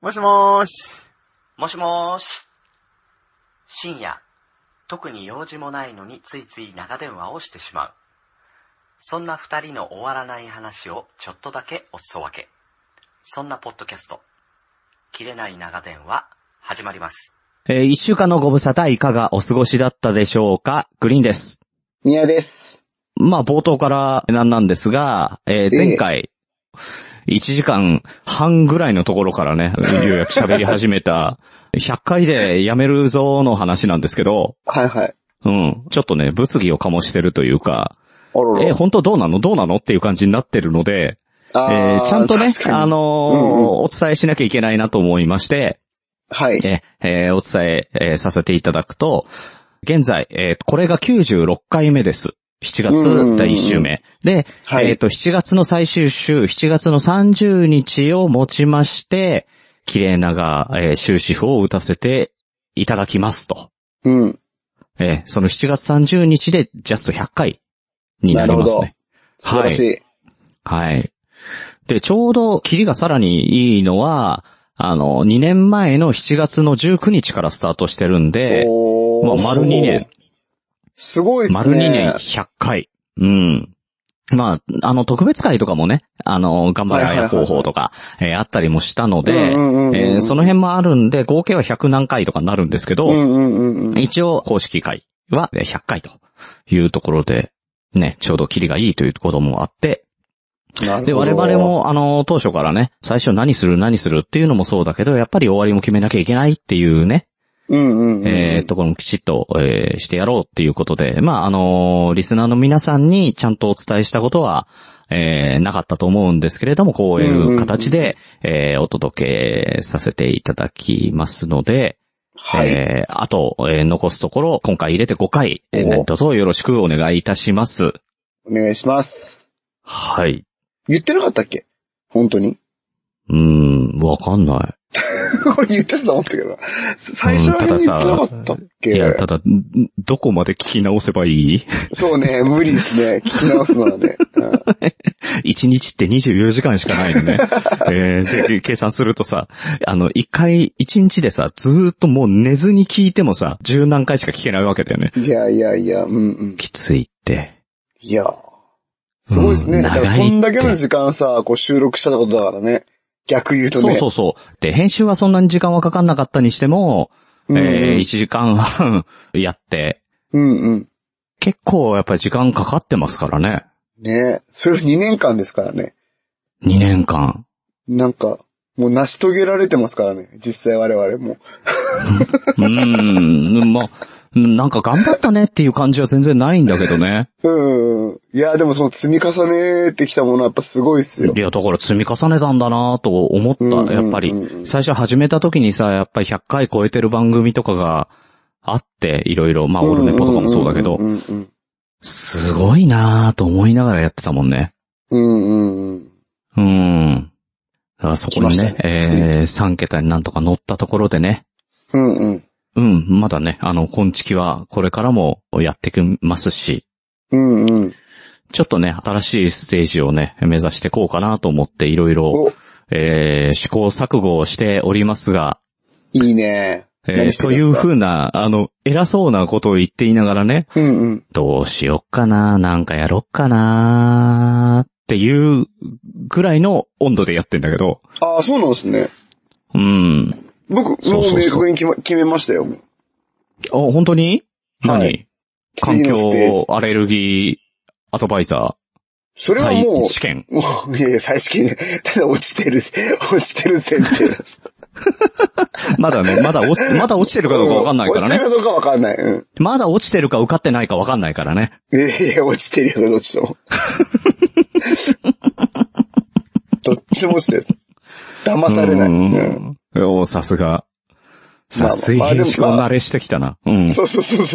もしもーし。 もしもーし。深夜、特に用事もないのについつい長電話をしてしまう。そんな二人の終わらない話をちょっとだけおすそ分け。そんなポッドキャスト、切れない長電話、始まります。 一週間のご無沙汰いかがお過ごしだったでしょうか。グリーンです。 宮です。 まあ冒頭からなんですが、前回、1時間半ぐらいのところからね、ようやく喋り始めた、100回でやめるぞの話なんですけど、 はいはい。 ちょっとね、物議を醸してるというか、 あらら。 本当どうなのっていう感じになってるので、ちゃんとね、お伝えしなきゃいけないなと思いまして、 はい。 お伝えさせていただくと、現在、これが96回目です。7月第1週目。で、 はい、 7月の最終週、7月の30日をもちまして、綺麗なが、終止符を打たせていただきますと。 うん。 その7月30日でジャスト100回になりますね。 素晴らしい。 はい。で、ちょうどキリがさらにいいのは、2年前の7月の19日からスタートしてるんで、まあ、丸2年。 すごいっすね。 丸2年100回。うん。まあ、特別会とかもね、頑張れ綾広報とか、あったりもしたので、その辺もあるんで、合計は100何回とかになるんですけど、一応公式会は100回というところで、ね、ちょうどキリがいいということもあって、で、我々も、当初からね、最初何するっていうのもそうだけど、やっぱり終わりも決めなきゃいけないっていうね、ところもきちっと、してやろうっていうことで、まあ、リスナーの皆さんにちゃんとお伝えしたことは、なかったと思うんですけれども、こういう形で、お届けさせていただきますので、 はい。 あと、残すところ、今回入れて5回、どうぞよろしくお願いいたします。 お願いします。 はい。 言ってなかったっけ本当にわかんない。 言ってたと思ったけど。最初は言ってなかったっけいや、ただ、どこまで聞き直せばいいそうね、無理ですね。聞き直すのはね。 1日って24時間しかないのね。で、計算するとさ、1日でさ、ずーっともう寝ずに聞いてもさ、10何回しか聞けないわけだよね。 いや、 きついって。 いや、すごいですね。だからそんだけの時間さ、こう収録したことだからね。逆言うとね。 そう。で、編集はそんなに時間はかかんなかったにしても、1時間半やって、結構やっぱり時間かかってますからね。 ねえ。それを2年間ですからね。 2年間。 なんか、もう成し遂げられてますからね。実際我々も。 まあ、なんか頑張ったねっていう感じは全然ないんだけどね。 いや、でもその積み重ねてきたものはやっぱすごいっすよ。 いや、だから積み重ねたんだなと思った。やっぱり、最初始めた時にさ、やっぱり100回超えてる番組とかがあって、いろいろ、まあ、オルネポとかもそうだけど、すごいなと思いながらやってたもんね。だからそこにね、3桁になんとか乗ったところでね。まだね、今月はこれからもやってきますし。ちょっとね、新しいステージをね、目指していこうかなと思っていろいろ、試行錯誤をしておりますが。 いいね。 という風な、偉そうなことを言っていながらね、どうしよっかな、なんかやろっかな、っていうぐらいの温度でやってんだけど。 ああ、そうなんですね。僕、もう明確に決めましたよ。 本当に？何？ はい、 環境アレルギーアドバイザー。 それはもう、 再試験。 いや、再試験、ただ落ちてる前提。 まだね、まだ落ちてるかどうかわかんないからね。 落ちてるかどうかわかんない。 まだ落ちてるか受かってないかわかんないからね。 落ちてるよ、どっちとも。どっちも落ちてる。騙されない。 さすが。水平思考慣れしてきたな。 そう。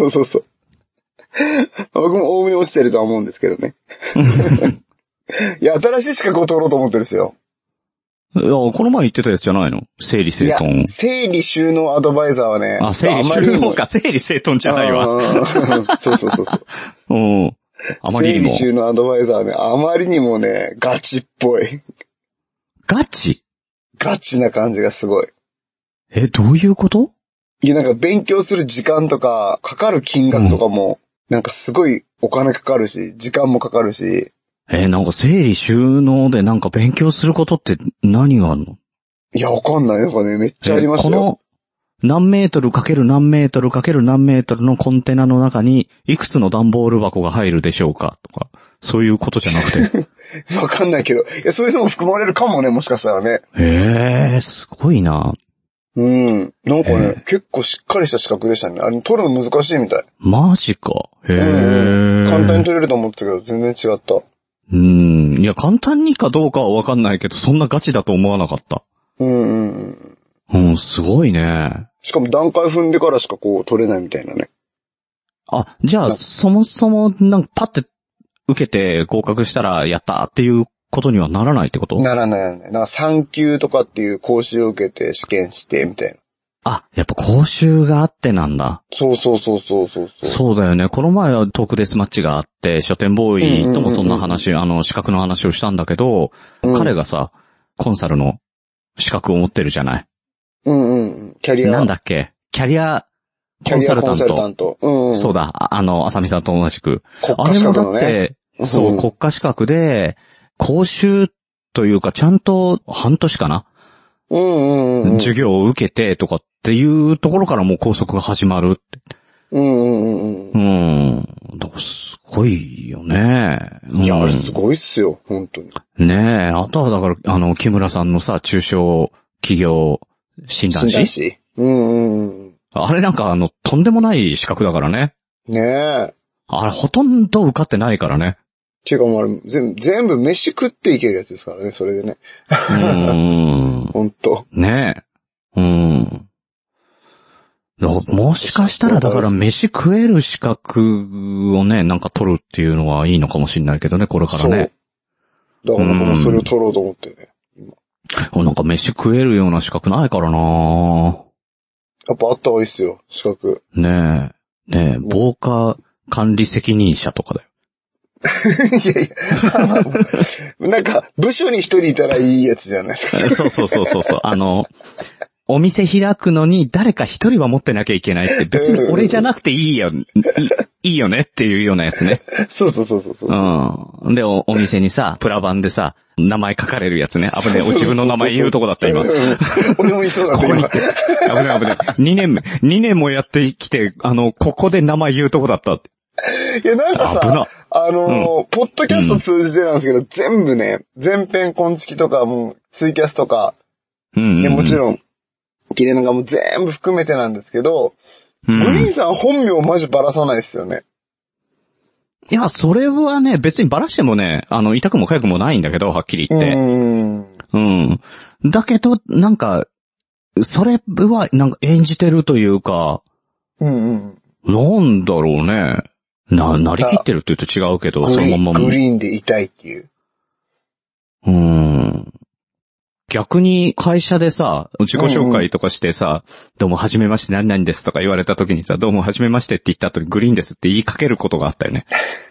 僕も大目に落ちてるとは思うんですけどね。いや、新しい資格を取ろうと思ってるんですよ。 いや、この前言ってたやつじゃないの？整理整頓。 いや、整理収納アドバイザーはね。 整理収納か、整理整頓じゃないわ。 そう。 あまりにも。 整理収納アドバイザーはね、あまりにもね、ガチっぽい。 ガチな感じがすごい。 どういうこと？ いや、なんか勉強する時間とか、かかる金額とかも、なんかすごいお金かかるし、時間もかかるし。 なんか整理収納でなんか勉強することって何があるの？ いや、わかんない。なんかね、めっちゃありましたよ。 この何メートルかける何メートルかける何メートルのコンテナの中にいくつの段ボール箱が入るでしょうかとか、そういうことじゃなくて。 わかんないけど。いや、そういうのも含まれるかもね、もしかしたらね。 すごいな。 なんかね、結構しっかりした資格でしたね。あれ、取るの難しいみたい。 マジか。 簡単に取れると思ってたけど、全然違った。 いや、簡単にかどうかはわかんないけど、そんなガチだと思わなかった。すごいね。 しかも段階踏んでからしかこう取れないみたいなね。 あ、じゃあ、そもそも、なんかパッて受けて合格したらやったっていうことにはならないってこと？ ならない。なんか3級とかっていう講習を受けて試験してみたいな。 あ、やっぱ講習があってなんだ。 そう。 そうだよね。この前はトークデスマッチがあって、書店ボーイともそんな話、資格の話をしたんだけど、彼がさ、コンサルの資格を持ってるじゃない。 キャリア。 なんだっけ？キャリアコンサルタント。そうだ、浅見さんと同じく。あれもだって、そう、国家資格で、講習というか、ちゃんと半年かな？授業を受けてとかっていうところからもう校則が始まるって。だからすごいよね。 いや、あれすごいっすよ、本当に。 ねえ、あとはだから、木村さんのさ、中小企業診断士？あれなんかとんでもない資格だからね。ねえ。あれほとんど受かってないからね。 ていうかもう全部飯食っていけるやつですからね、それでね。ほんと。 ねえ。もしかしたらだから飯食える資格をね、なんか取るっていうのはいいのかもしれないけどね、これからね。 だからもうそれを取ろうと思ってね。 なんか飯食えるような資格ないからな。 やっぱあった方がいいっすよ、資格。 ねえ、防火管理責任者とかだよ。 いやいや、なんか、部署に一人いたらいいやつじゃないですか。 そう。お店開くのに誰か一人は持ってなきゃいけないって、別に俺じゃなくていいよねっていうようなやつね。 そう。 で、お店にさ、プラ板でさ、名前書かれるやつね。危ねえ、自分の名前言うとこだった今。 俺もいそうだった今。 危ねえ。2年もやってきて、ここで名前言うとこだったって。 いや、なんかさ、ポッドキャスト通じてなんですけど、全部ね、前編コンチキとか、もう、ツイキャスとか、もちろん、キレナがもう全部含めてなんですけど、グリーンさん本名マジバラさないですよね。 いや、それはね、別にバラしてもね、痛くも痒くもないんだけど、はっきり言って。だけど、なんか、それは、なんか演じてるというか、なんだろうね。なりきってるって言うと違うけど、そのまま。 グリーンでいたいっていう。 逆に会社でさ、自己紹介とかしてさ、どうもはじめまして何々ですとか言われた時にさ、どうもはじめましてって言った後にグリーンですって言いかけることがあったよね。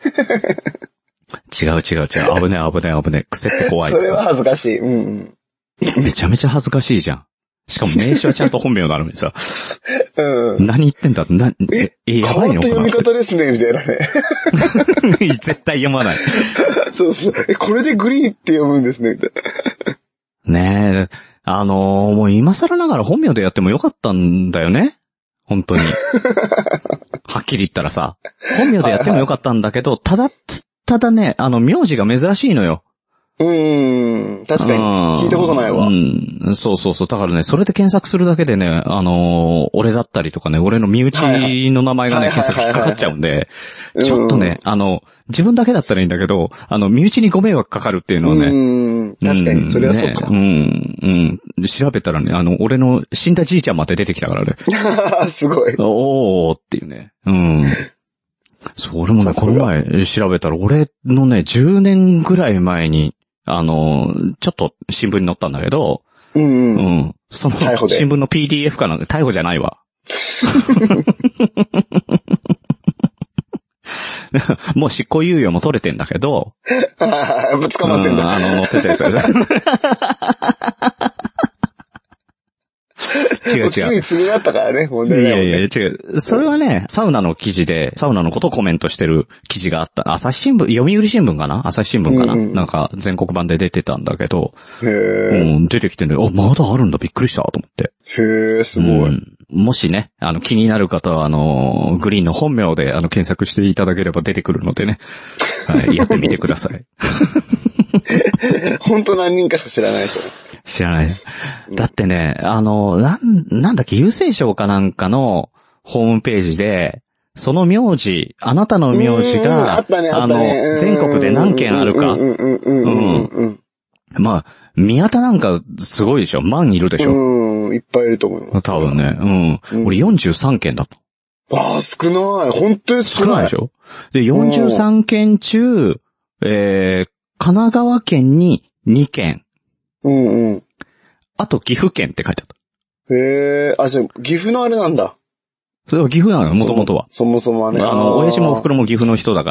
違う。危ねえ。癖って怖い。 それは恥ずかしい。 めちゃめちゃ恥ずかしいじゃん。しかも名刺はちゃんと本名なのにさ。何言ってんだやばいのかな。 変わった読み方ですね、みたいなね。 絶対読まない。 そう。これでグリーンって読むんですね、みたいな。ねえ。もう今更ながら本名でやってもよかったんだよね。本当に。はっきり言ったらさ。本名でやってもよかったんだけど、ただね、名字が珍しいのよ。 確かに。聞いたことないわ。 そう。だからね、それで検索するだけでね、俺だったりとかね、俺の身内の名前がね、検索引っかかっちゃうんで、ちょっとね、自分だけだったらいいんだけど、身内にご迷惑かかるっていうのはね。 確かに、それはそうか。 調べたらね、俺の死んだじいちゃんまで出てきたからね。 すごい。 おーっていうね。そう、俺もね、この前調べたら、俺のね、10年ぐらい前に、ちょっと新聞に載ったんだけど、その新聞の PDF かなんか逮捕じゃないわ。もう執行猶予も取れてんだけど、 捕まってんだ。 載ってたやつ。 違う。 つい次だったからね、問題ないもんね。 いや違う。それはね、サウナの記事で、サウナのことをコメントしてる記事があった。朝日新聞、読売新聞かな朝日新聞かな、なんか全国版で出てたんだけど、出てきてね、まだあるんだ、びっくりした、と思って。 すごい。 もしね、気になる方は、グリーンの本名で、検索していただければ出てくるのでね、はい、やってみてください。 本当何人かしか知らない人。 知らない。だってね、なんだっけ、郵政省かなんかのホームページで、その名字、あなたの名字が、全国で何件あるか。まあ、宮田なんかすごいでしょ。万いるでしょ。 いっぱいいると思います。 多分ね。俺43件だと。 ああ、少ない。本当に少ない。 少ないでしょ。で、43件中、神奈川県に2件。あと岐阜県って書いてあった。 じゃあ、岐阜のあれなんだ。 それは岐阜なのよ、もともとは。 そもそもはね。 親父もお袋も岐阜の人だから。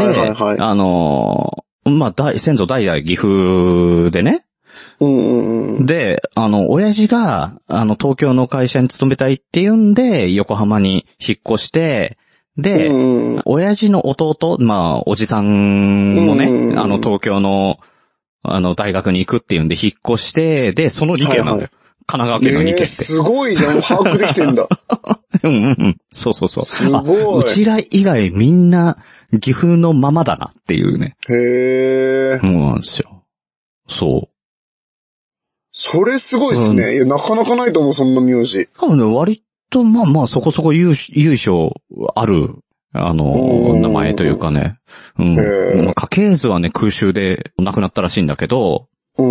まあ、先祖代々岐阜でね。で、親父が、東京の会社に勤めたいっていうんで、横浜に引っ越して、で、親父の弟、まあ、おじさんもね、東京の、大学に行くっていうんで引っ越して、で、その2件なんだよ。神奈川県の2件って。 すごいじゃん、把握できてんだ。 そう。 すごい。 うちら以外みんな岐阜のままだなっていうね。そうなんですよ。そう。 それすごいっすね。いや、なかなかないと思う、そんな名字。 多分ね、割と、まあ、そこそこ由緒ある、名前というかね。家系図はね、空襲で亡くなったらしいんだけど、こ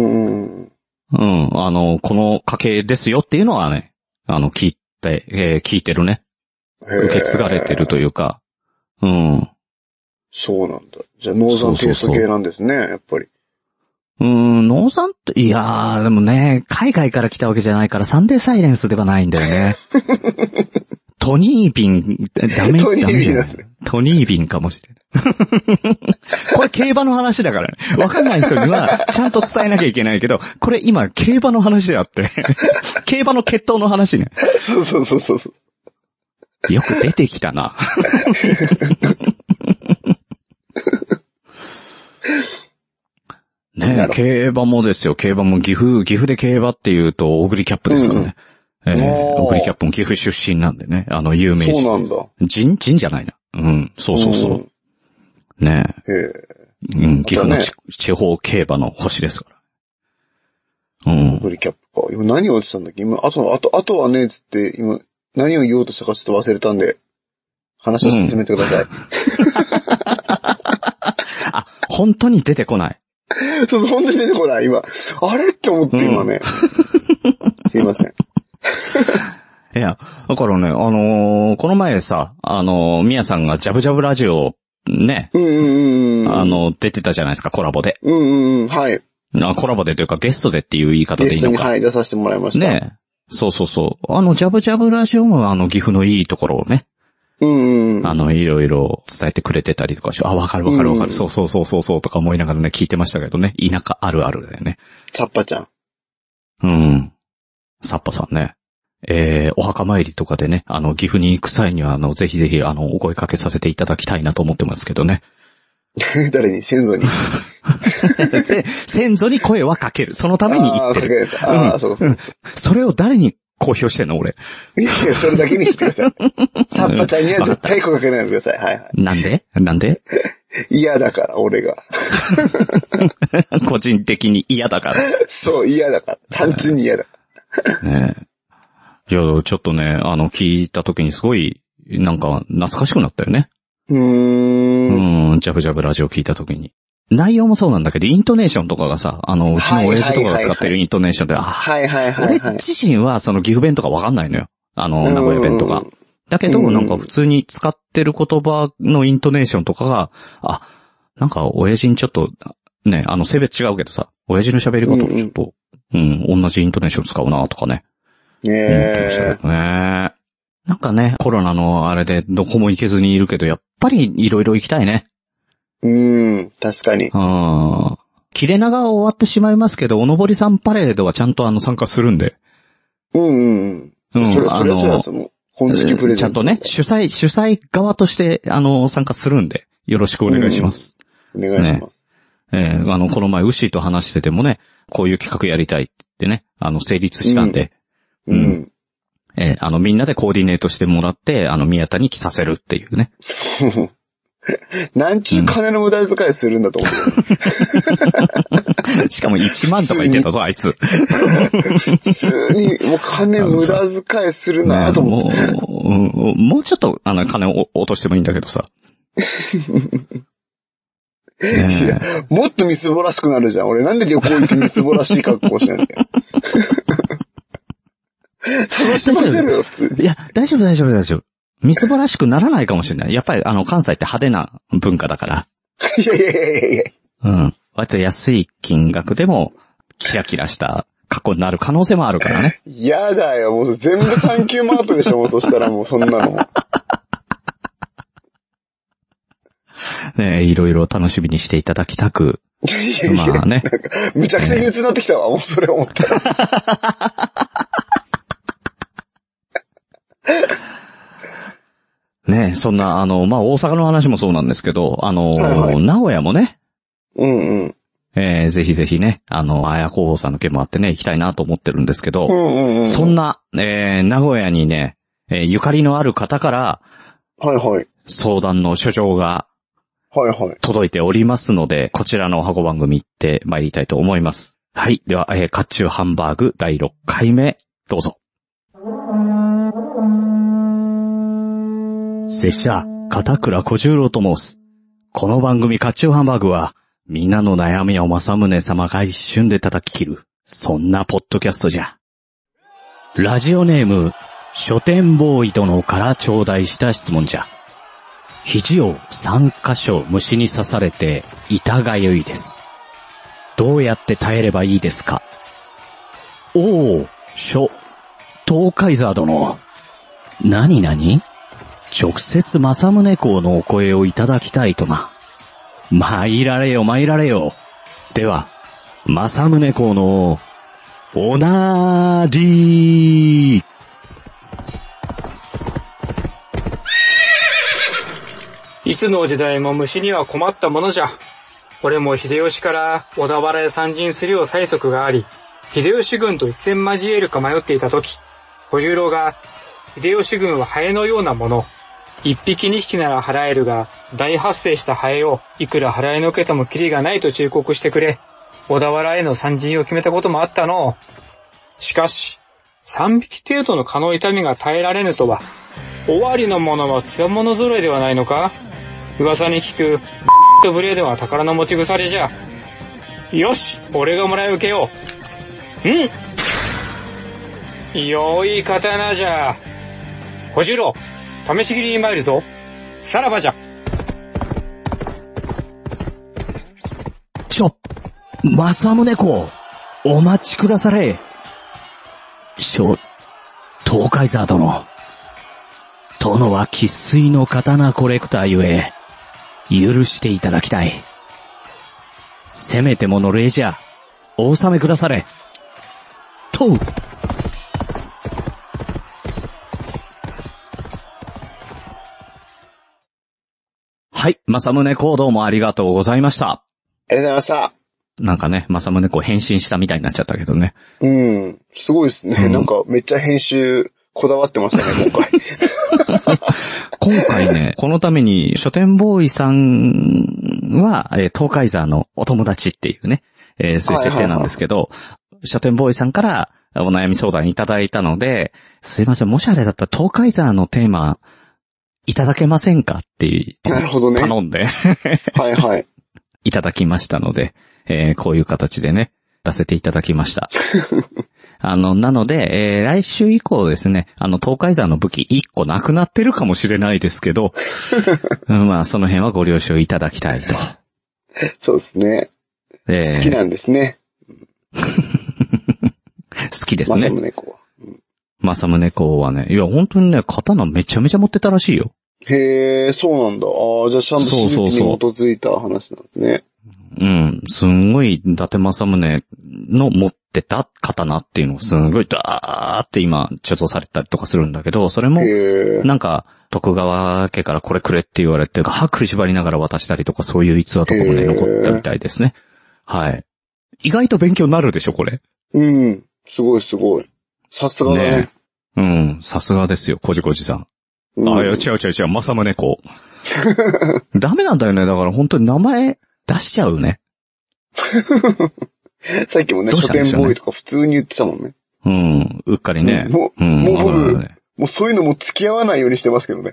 の家系ですよっていうのはね、聞いてるね。受け継がれてるというか、 そうなんだ。じゃあ、ノーザンテイスト系なんですね、やっぱり。 ノーザンって、いやー、でもね、海外から来たわけじゃないからサンデーサイレンスではないんだよね。トニービン、ダメトニービンかもしれない。これ競馬の話だからね。わかんない人にはちゃんと伝えなきゃいけないけど、これ今競馬の話であって、競馬の決闘の話ね。 そう。 よく出てきたな。ねえ、競馬もですよ。競馬も岐阜で競馬っていうと、オグリキャップですからね。オグリキャップも岐阜出身なんでね。有名人。 そうなんだ。 人じゃないな。そう。ねえ。岐阜の地方競馬の星ですから。 オグリキャップか。今何を言ってたんだっけ今、あとはね、つって、今、何を言おうとしたかちょっと忘れたんで、話を進めてください。 本当に出てこない。 そう、本当に出てこない、今。あれって思って今ね。すいません。 いや、だからね、この前さ、ミヤさんがジャブジャブラジオ、ね。出てたじゃないですか、コラボで。 はい。 コラボでというかゲストでっていう言い方でいいのか。 はい、出させてもらいました。 ね。そう。ジャブジャブラジオも岐阜のいいところをね。いろいろ伝えてくれてたりとかして、わかる。そうとか思いながらね、聞いてましたけどね。田舎あるあるだよね。 サッパちゃん。 サッパさんね。お墓参りとかでね、岐阜に行く際には、ぜひぜひ、お声かけさせていただきたいなと思ってますけどね。 誰に？先祖に。 先祖に声はかける。そのために言ってる。 そう。 それを誰に公表してんの俺。 いや、それだけにしてください。サッパちゃんには絶対声かけないでください。はい。 なんで嫌だから、俺が。 個人的に嫌だから。 そう、嫌だから。単純に嫌だから。 ねえ。いや、ちょっとね、聞いた時にすごい、なんか、懐かしくなったよね。ジャブジャブラジオ聞いた時に。内容もそうなんだけど、イントネーションとかがさ、うちの親父とかが使ってるイントネーションで、俺自身はその岐阜弁とかわかんないのよ。名古屋弁とか。だけど、なんか普通に使ってる言葉のイントネーションとかが、なんか親父にちょっと、ね、性別違うけどさ、親父の喋り方とちょっと、同じイントネーション使うなとかね。思ってましたけどね。なんかね、コロナのあれでどこも行けずにいるけど、やっぱりいろいろ行きたいね。 確かに。 切れ長は終わってしまいますけど、おのぼりさんパレードはちゃんと参加するんで。 それそうやつも、本付きプレゼント。 ちゃんとね、主催側として、参加するんで、よろしくお願いします。 お願いします。 ね、この前、ウッシーと話しててもね、こういう企画やりたいってね、成立したんで、みんなでコーディネートしてもらって、宮田に着させるっていうね。 なんちゅう金の無駄遣いするんだと思う。しかも1万とか言ってたぞ、あいつ。 普通に、もう金無駄遣いするなと思って。 もうちょっと、金を落としてもいいんだけどさ。 いや、もっとみすぼらしくなるじゃん。俺なんで旅行行ってみすぼらしい格好してんだよ。楽しませるよ、普通に。 いや、大丈夫。みすぼらしくならないかもしれない。やっぱり関西って派手な文化だから。 いや。 割と安い金額でも、キラキラした格好になる可能性もあるからね。 やだよ、もう全部サンキューマートでしょ、もうそしたらもうそんなのも。 ねえ、いろいろ楽しみにしていただきたく。まあね。 むちゃくちゃ憂鬱になってきたわ、もうそれ思ったら。 ねえ、そんな、大阪の話もそうなんですけど、名古屋もね。ぜひぜひね、綾候補さんの件もあってね、行きたいなと思ってるんですけど、そんな、名古屋にね、ゆかりのある方から、相談の書状が、届いておりますので、こちらの箱番組行って参りたいと思います。はい。では、甲冑ハンバーグ第6回目、どうぞ。拙者、片倉小十郎と申す。この番組甲冑ハンバーグは、皆の悩みを正宗様が一瞬で叩き切る、そんなポッドキャストじゃ。ラジオネーム、書店ボーイ殿から頂戴した質問じゃ。肘を3カ所虫に刺されて痛がゆいです。どうやって耐えればいいですか？おー、東海沢殿。何直接正宗公のお声をいただきたいとな。参られよ。では、正宗公の、おなーりー。 いつの時代も虫には困ったものじゃ。俺も秀吉から小田原へ参陣するよう催促があり、秀吉軍と一戦交えるか迷っていたとき、小十郎が、秀吉軍はハエのようなもの。一匹二匹なら払えるが、大発生したハエをいくら払いのけてもキリがないと忠告してくれ、小田原への参陣を決めたこともあったの。しかし、3匹程度の蚊の痛みが耐えられぬとは、尾張の者は強者揃いではないのか？噂に聞く、とブレードは宝の持ち腐れじゃ。よし、俺がもらい受けよう。良い刀じゃ。小十郎、試し切りに参るぞ。さらばじゃ。 正宗公、お待ちくだされ。東海沢殿。殿は生粋の刀コレクターゆえ、許していただきたい。せめてもの礼じゃ、お納めくだされ。はい、正宗公どうもありがとうございました。 ありがとうございました。 なんかね、正宗公変身したみたいになっちゃったけどね。 すごいですね。なんかめっちゃ編集こだわってましたね、今回。 今回ね、このために書店ボーイさんは、東海沢のお友達っていうね、そういう設定なんですけど、書店ボーイさんからお悩み相談いただいたので、すいません、もしあれだったら東海沢のテーマいただけませんかってなるほどね。 頼んでいただきましたので、こういう形でね、出せていただきました。なので、来週以降ですね、東海沢の武器1個なくなってるかもしれないですけど、まあ、その辺はご了承いただきたいと。 そうですね。好きなんですね。 好きですね。正宗公はね、いや、本当にね、刀めちゃめちゃ持ってたらしいよ。 へえ、そうなんだ。ああ、じゃあちゃんと史実に基づいた話なんですね。 すんごい、伊達政宗の持っってた刀っていうのをすごいダーって今貯蔵されたりとかするんだけど、それも、なんか、徳川家からこれくれって言われて、歯食いしばりながら渡したりとかそういう逸話とかもね、残ったみたいですね。はい。意外と勉強になるでしょ、これ。 うん。すごいすごい。さすがだね。 うん、さすがですよ、こじこじさん。あ、いや、違う、まさむねこ。ダメなんだよね、だから本当に名前出しちゃうね。 さっきもね、書店ボーイとか普通に言ってたもんね。 うん、うっかりね。 もう僕、もうそういうのも付き合わないようにしてますけどね。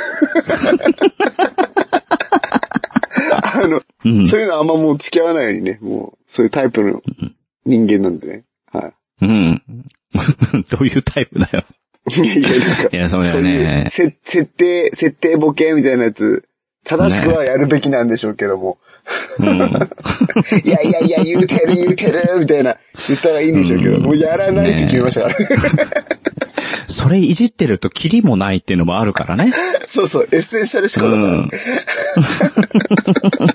そういうのあんまもう付き合わないようにね、もう、そういうタイプの人間なんでね。はい。うん。 どういうタイプだよ。いや、そうだよね。 設定ボケみたいなやつ、正しくはやるべきなんでしょうけども。いや、言うてる、みたいな、言ったらいいんでしょうけど、もうやらないって決めましたから。 それいじってるとキリもないっていうのもあるからね。 そうそう、エッセンシャル思考だから。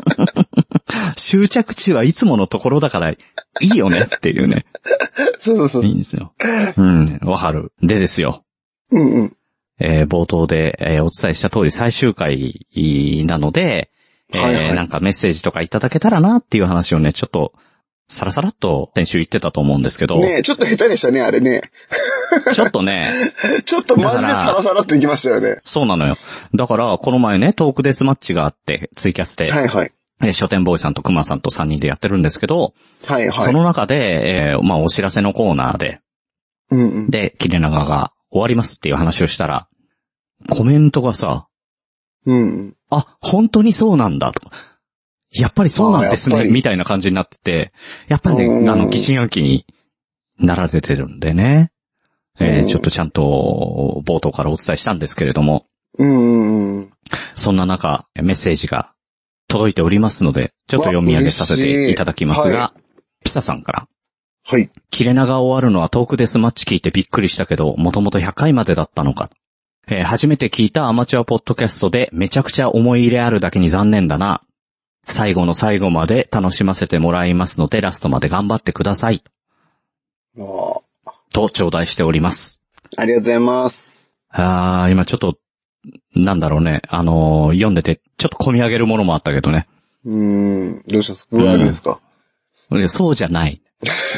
終着地はいつものところだからいいよねっていうね。 そう。 いいんですよ。うん、わかる。でですよ。冒頭で、お伝えした通り最終回なので、なんかメッセージとかいただけたらなっていう話をね、ちょっと、さらさらっと先週言ってたと思うんですけど。 ねえ、ちょっと下手でしたね、あれね。 ちょっとね。 ちょっとマジでサラサラっといきましたよね。 そうなのよ。だから、この前ね、トークデスマッチがあって、ツイキャスで。書店ボーイさんとクマさんと3人でやってるんですけど。その中で、お知らせのコーナーで。で、切れ長が終わりますっていう話をしたら、コメントがさ、あ、本当にそうなんだと。やっぱりそうなんですね、みたいな感じになってて、やっぱりね、疑心暗鬼になられてるんでね。ちょっとちゃんと冒頭からお伝えしたんですけれども。そんな中、メッセージが届いておりますので、ちょっと読み上げさせていただきますが、ピサさんから。 はい。 切れ長終わるのはトークデスマッチ聞いてびっくりしたけど、もともと100回までだったのか。初めて聞いたアマチュアポッドキャストでめちゃくちゃ思い入れあるだけに残念だな。最後の最後まで楽しませてもらいますので、ラストまで頑張ってください。と頂戴しております。 ありがとうございます。 今ちょっと、なんだろうね、読んでて、ちょっと込み上げるものもあったけどね。 どうしたんですか？具合悪いですか？ そうじゃない。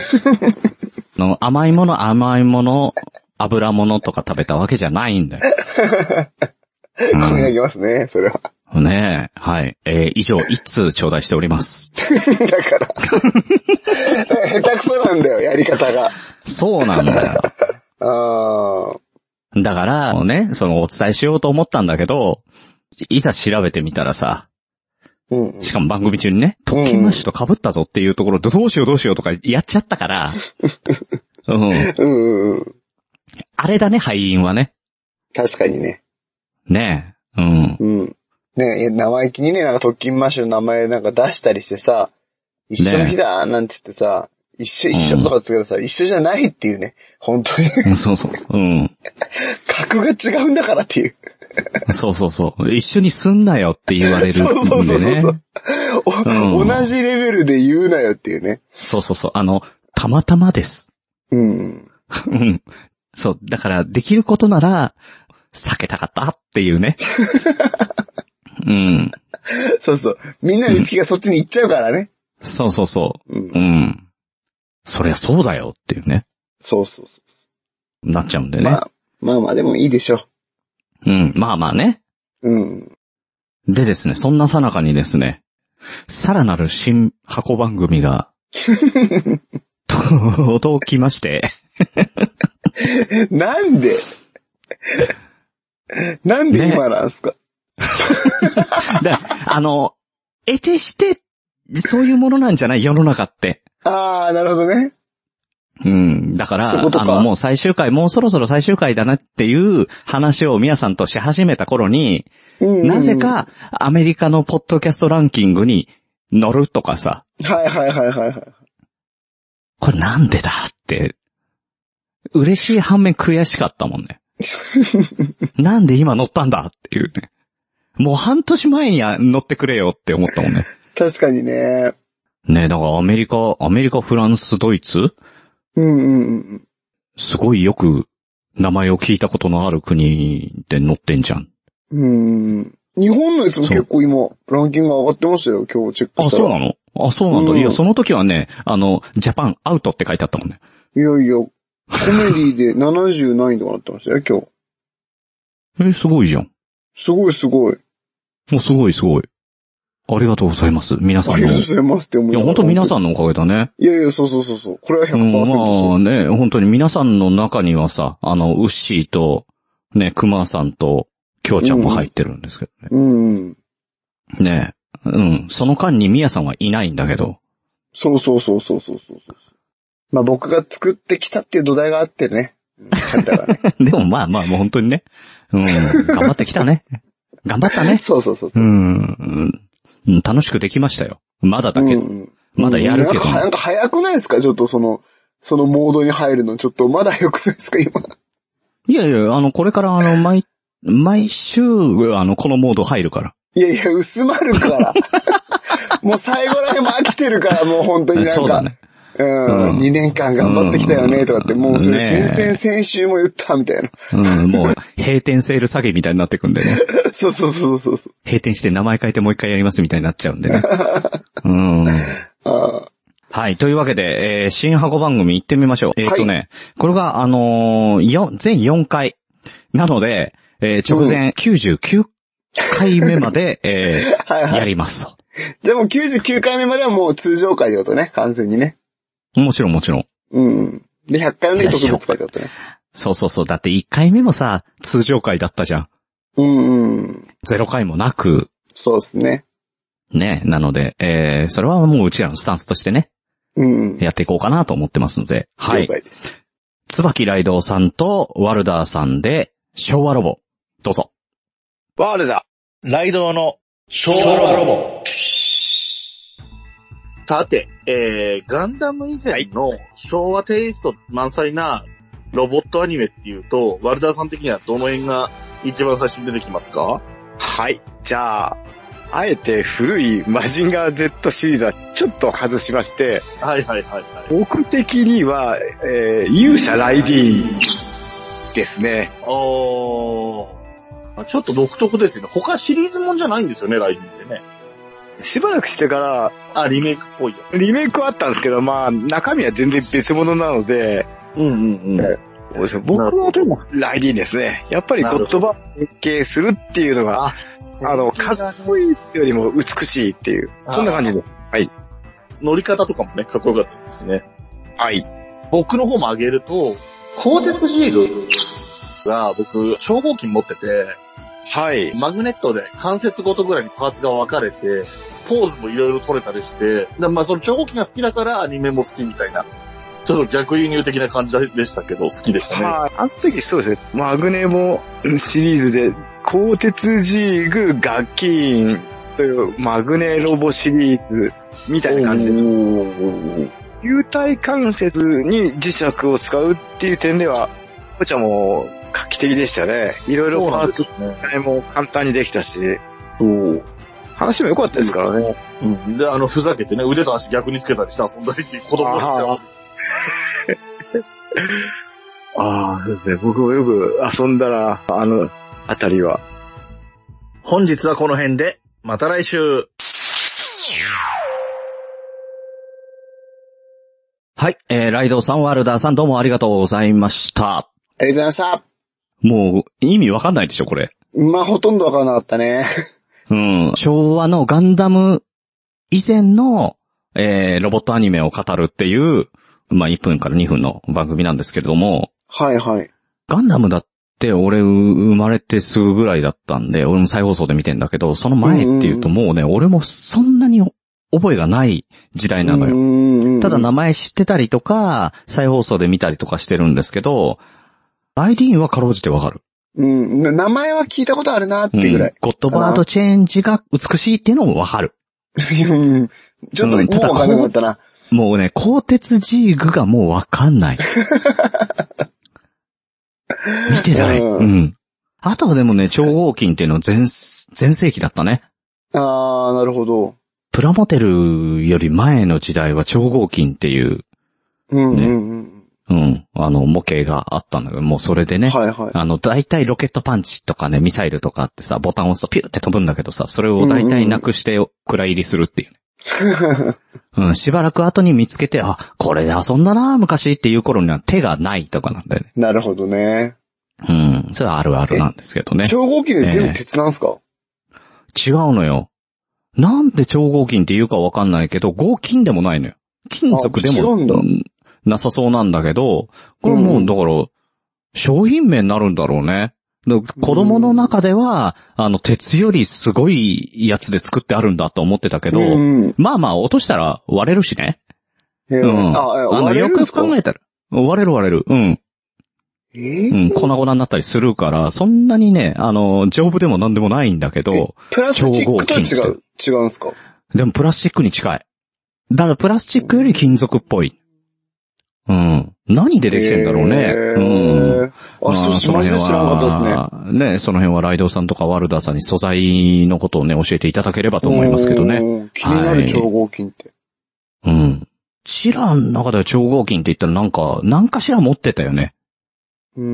甘いもの、油物とか食べたわけじゃないんだよ。 込み上げますね、それは。 ねえ、はい。以上、一通頂戴しております。 だから。下手くそなんだよ、やり方が。 そうなんだよ。だから、ね、お伝えしようと思ったんだけど、いざ調べてみたらさ、しかも番組中にね、特勤マッシュと被ったぞっていうところでどうしようとかやっちゃったから、あれだね、敗因はね。 確かにね。 ねえ、 ねえ、生意気にね、なんか特勤マッシュの名前なんか出したりしてさ、一緒の日だなんて言ってさ、一緒とかつけどさ、一緒じゃないっていうね、本当に。 そう。 格が違うんだからっていう。 そう。一緒にすんなよって言われるんでね。 そう。同じレベルで言うなよっていうね。 そう。たまたまです。そう。だから、できることなら、避けたかったっていうね。 そう。みんなの意識がそっちに行っちゃうからね。 そう。そりゃそうだよっていうね。 そう。 なっちゃうんでね。 まあでもいいでしょう。まあね。でですね、そんな最中にですね、さらなる新箱番組が、届きまして。 なんで今なんすか？ 得てして、そういうものなんじゃない世の中って。 なるほどね。 だから、もうそろそろ最終回だなっていう話を皆さんとし始めた頃に、なぜかアメリカのポッドキャストランキングに乗るとかさ。 はい。 これなんでだって、嬉しい反面悔しかったもんね。なんで今乗ったんだっていうね。もう半年前に乗ってくれよって思ったもんね。 確かにね。 ね、だからアメリカ、フランス、ドイツすごいよく名前を聞いたことのある国で載ってんじゃん。 日本のやつも結構今、ランキング上がってましたよ、今日チェックしたら。 あ、そうなの？あ、そうなんだ。いや、その時はね、ジャパンアウトって書いてあったもんね。 いやいや、コメディで70何位とかなってましたよ、今日。 すごいじゃん。 すごいすごい。 もうすごいすごい。ありがとうございます。皆さんの。 ありがとうございますって思います。 いや、本当皆さんのおかげだね。 いやいや、そう。これは 100% まあね、本当に皆さんの中にはさ、ウッシーと、ね、クマさんと、キョウちゃんも入ってるんですけどね。ねえ。その間にミヤさんはいないんだけど。 そう。まあ僕が作ってきたっていう土台があってね。彼らがね。 でもまあもう本当にね。頑張ってきたね。頑張ったね。 そう。 楽しくできましたよ。まだだけど。まだやるけど。 なんか早くないですか？ちょっとそのモードに入るの。ちょっとまだ早くないですか今。 いや、これから毎週、このモード入るから。 いや、薄まるから。もう最後ら辺も飽きてるから、もう本当になんか。そうだね。2年間頑張ってきたよね、とかって、もうそれ先週も言ったみたいな。もう閉店セール詐欺みたいになってくんでね。 そう。 閉店して名前変えてもう一回やりますみたいになっちゃうんでね。はい。というわけで、新箱番組行ってみましょう。これが、全4回。なので、直前99回目まで、やりますと。 じゃあもう99回目まではもう通常回だよとね、完全にね。 もちろん。 で、100回目で特別回だとね。 そう。だって1回目もさ、通常回だったじゃん。0回もなく。 そうですね。 ね、なので、それはもううちらのスタンスとしてね。やっていこうかなと思ってますので。はい。椿ライドウさんとワルダーさんで、昭和ロボ。どうぞ。 ワルダー、ライドウの昭和ロボ。さて、ガンダム以前の昭和テイスト満載なロボットアニメっていうと、ワルダーさん的にはどの辺が一番最初に出てきますか？ はい。じゃあ、あえて古いマジンガー Z シリーズはちょっと外しまして、 はい。 僕的には、勇者ライディーンですね。 ちょっと独特ですよね。他シリーズもんじゃないんですよね、ライディーンってね。 しばらくしてから、 リメイクっぽいやつ。 リメイクはあったんですけど、まあ、中身は全然別物なので、僕はでもライディーンですね。やっぱりゴッドバー系するっていうのが、かっこいいっていうよりも美しいっていう、そんな感じで。はい。 乗り方とかもね、かっこよかったですね。 はい。 僕の方も挙げると、鋼鉄ジールが僕、超合金持ってて、 はい。 マグネットで関節ごとぐらいにパーツが分かれて、ポーズもいろいろ取れたりして、まあその超合金が好きだからアニメも好きみたいな、ちょっと逆輸入的な感じでしたけど、好きでしたね。 あの時そうですね、マグネモシリーズで、鋼鉄ジーグ、ガッキーンというマグネロボシリーズみたいな感じです。球体関節に磁石を使うっていう点では、こちらも画期的でしたね。いろいろパーツも簡単にできたし、話も良かったですからね。 で、ふざけてね、腕と足逆につけたりして遊んだりって子供がそうですね。僕もよく遊んだら、あたりは。 本日はこの辺で、また来週。 はい、ライドウさん、ワルダーさんどうもありがとうございました。 ありがとうございました。 もう、意味わかんないでしょ、これ。 まあ、ほとんどわかんなかったね。 昭和のガンダム以前の、ロボットアニメを語るっていう、まあ、1分から2分の番組なんですけれども。 はいはい。 ガンダムだって俺生まれてすぐぐらいだったんで、俺も再放送で見てんだけど、その前っていうともうね、俺もそんなに覚えがない時代なのよ。ただ名前知ってたりとか、再放送で見たりとかしてるんですけど、ライディーンはかろうじてわかる。 名前は聞いたことあるなってぐらい。 ゴッドバードチェンジが美しいっていうのもわかる。 ちょっともうわかんなかったな。 もうね、鋼鉄ジーグがもうわかんない。見てない。あとはでもね、超合金っていうのは全盛期だったね。 なるほど。 プラモデルより前の時代は超合金っていう。 模型があったんだけど、もうそれでね、 はいはい。 大体ロケットパンチとかね、ミサイルとかってさ、ボタンを押すとピューって飛ぶんだけどさ、それを大体なくして蔵入りするっていうね。しばらく後に見つけて、あ、これで遊んだな昔っていう頃には手がないとかなんだよね。 なるほどね。 それはあるあるなんですけどね。 超合金で全部鉄なんすか？ 違うのよ。なんで超合金って言うかわかんないけど、合金でもないのよ。金属でもなさそうなんだけど、これもうだから、商品名になるんだろうね。子供の中では、鉄よりすごいやつで作ってあるんだと思ってたけど、まあまあ落としたら割れるしね。よく考えたら、割れる。粉々になったりするから、そんなにね、丈夫でもなんでもないんだけど、 プラスチックと違うんすか？ でもプラスチックに近い。だからプラスチックより金属っぽい。何でできてんだろうね。 マジで知らなかったですね。 ね、その辺はライドウさんとかワルダーさんに素材のことをね、教えていただければと思いますけどね。 気になる超合金って。 チラの中では超合金って言ったらなんかしら持ってたよね。俺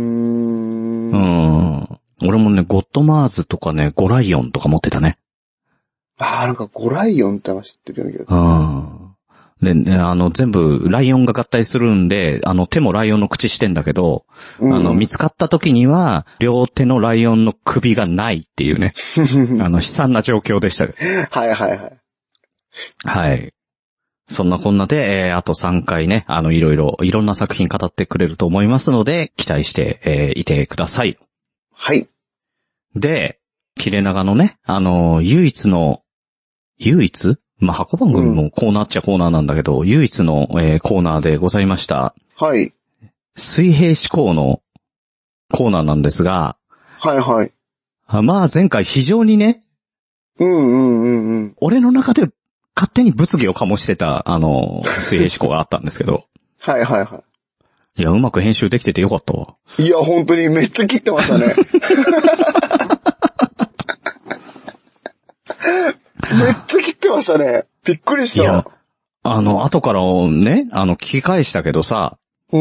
もね、ゴッドマーズとかね、ゴライオンとか持ってたね。 なんかゴライオンっての知ってるような気がする。 で、全部ライオンが合体するんで、手もライオンの口してんだけど、見つかった時には、両手のライオンの首がないっていうね。悲惨な状況でした。 はいはいはい。 はい。そんなこんなで、あと3回ね、いろんな作品語ってくれると思いますので、期待して、いてください。 はい。 で、切れ長のね、唯一まあ、箱番組もコーナーっちゃコーナーなんだけど、唯一の、コーナーでございました。 はい。 水平思考のコーナーなんですが、 はいはい。 まあ、前回非常にね、俺の中で勝手に物議を醸してた、水平思考があったんですけど。 はいはいはい。 いや、うまく編集できててよかったわ。 いや、本当にめっちゃ切ってましたね。めっちゃ切ってましたね。びっくりした。いや、 後からね、聞き返したけどさ。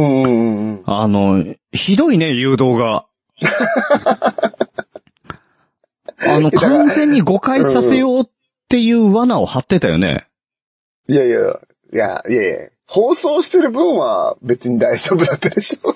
ひどいね、誘導が。完全に誤解させようっていう罠を張ってたよね。 いや。放送してる分は別に大丈夫だったでしょ。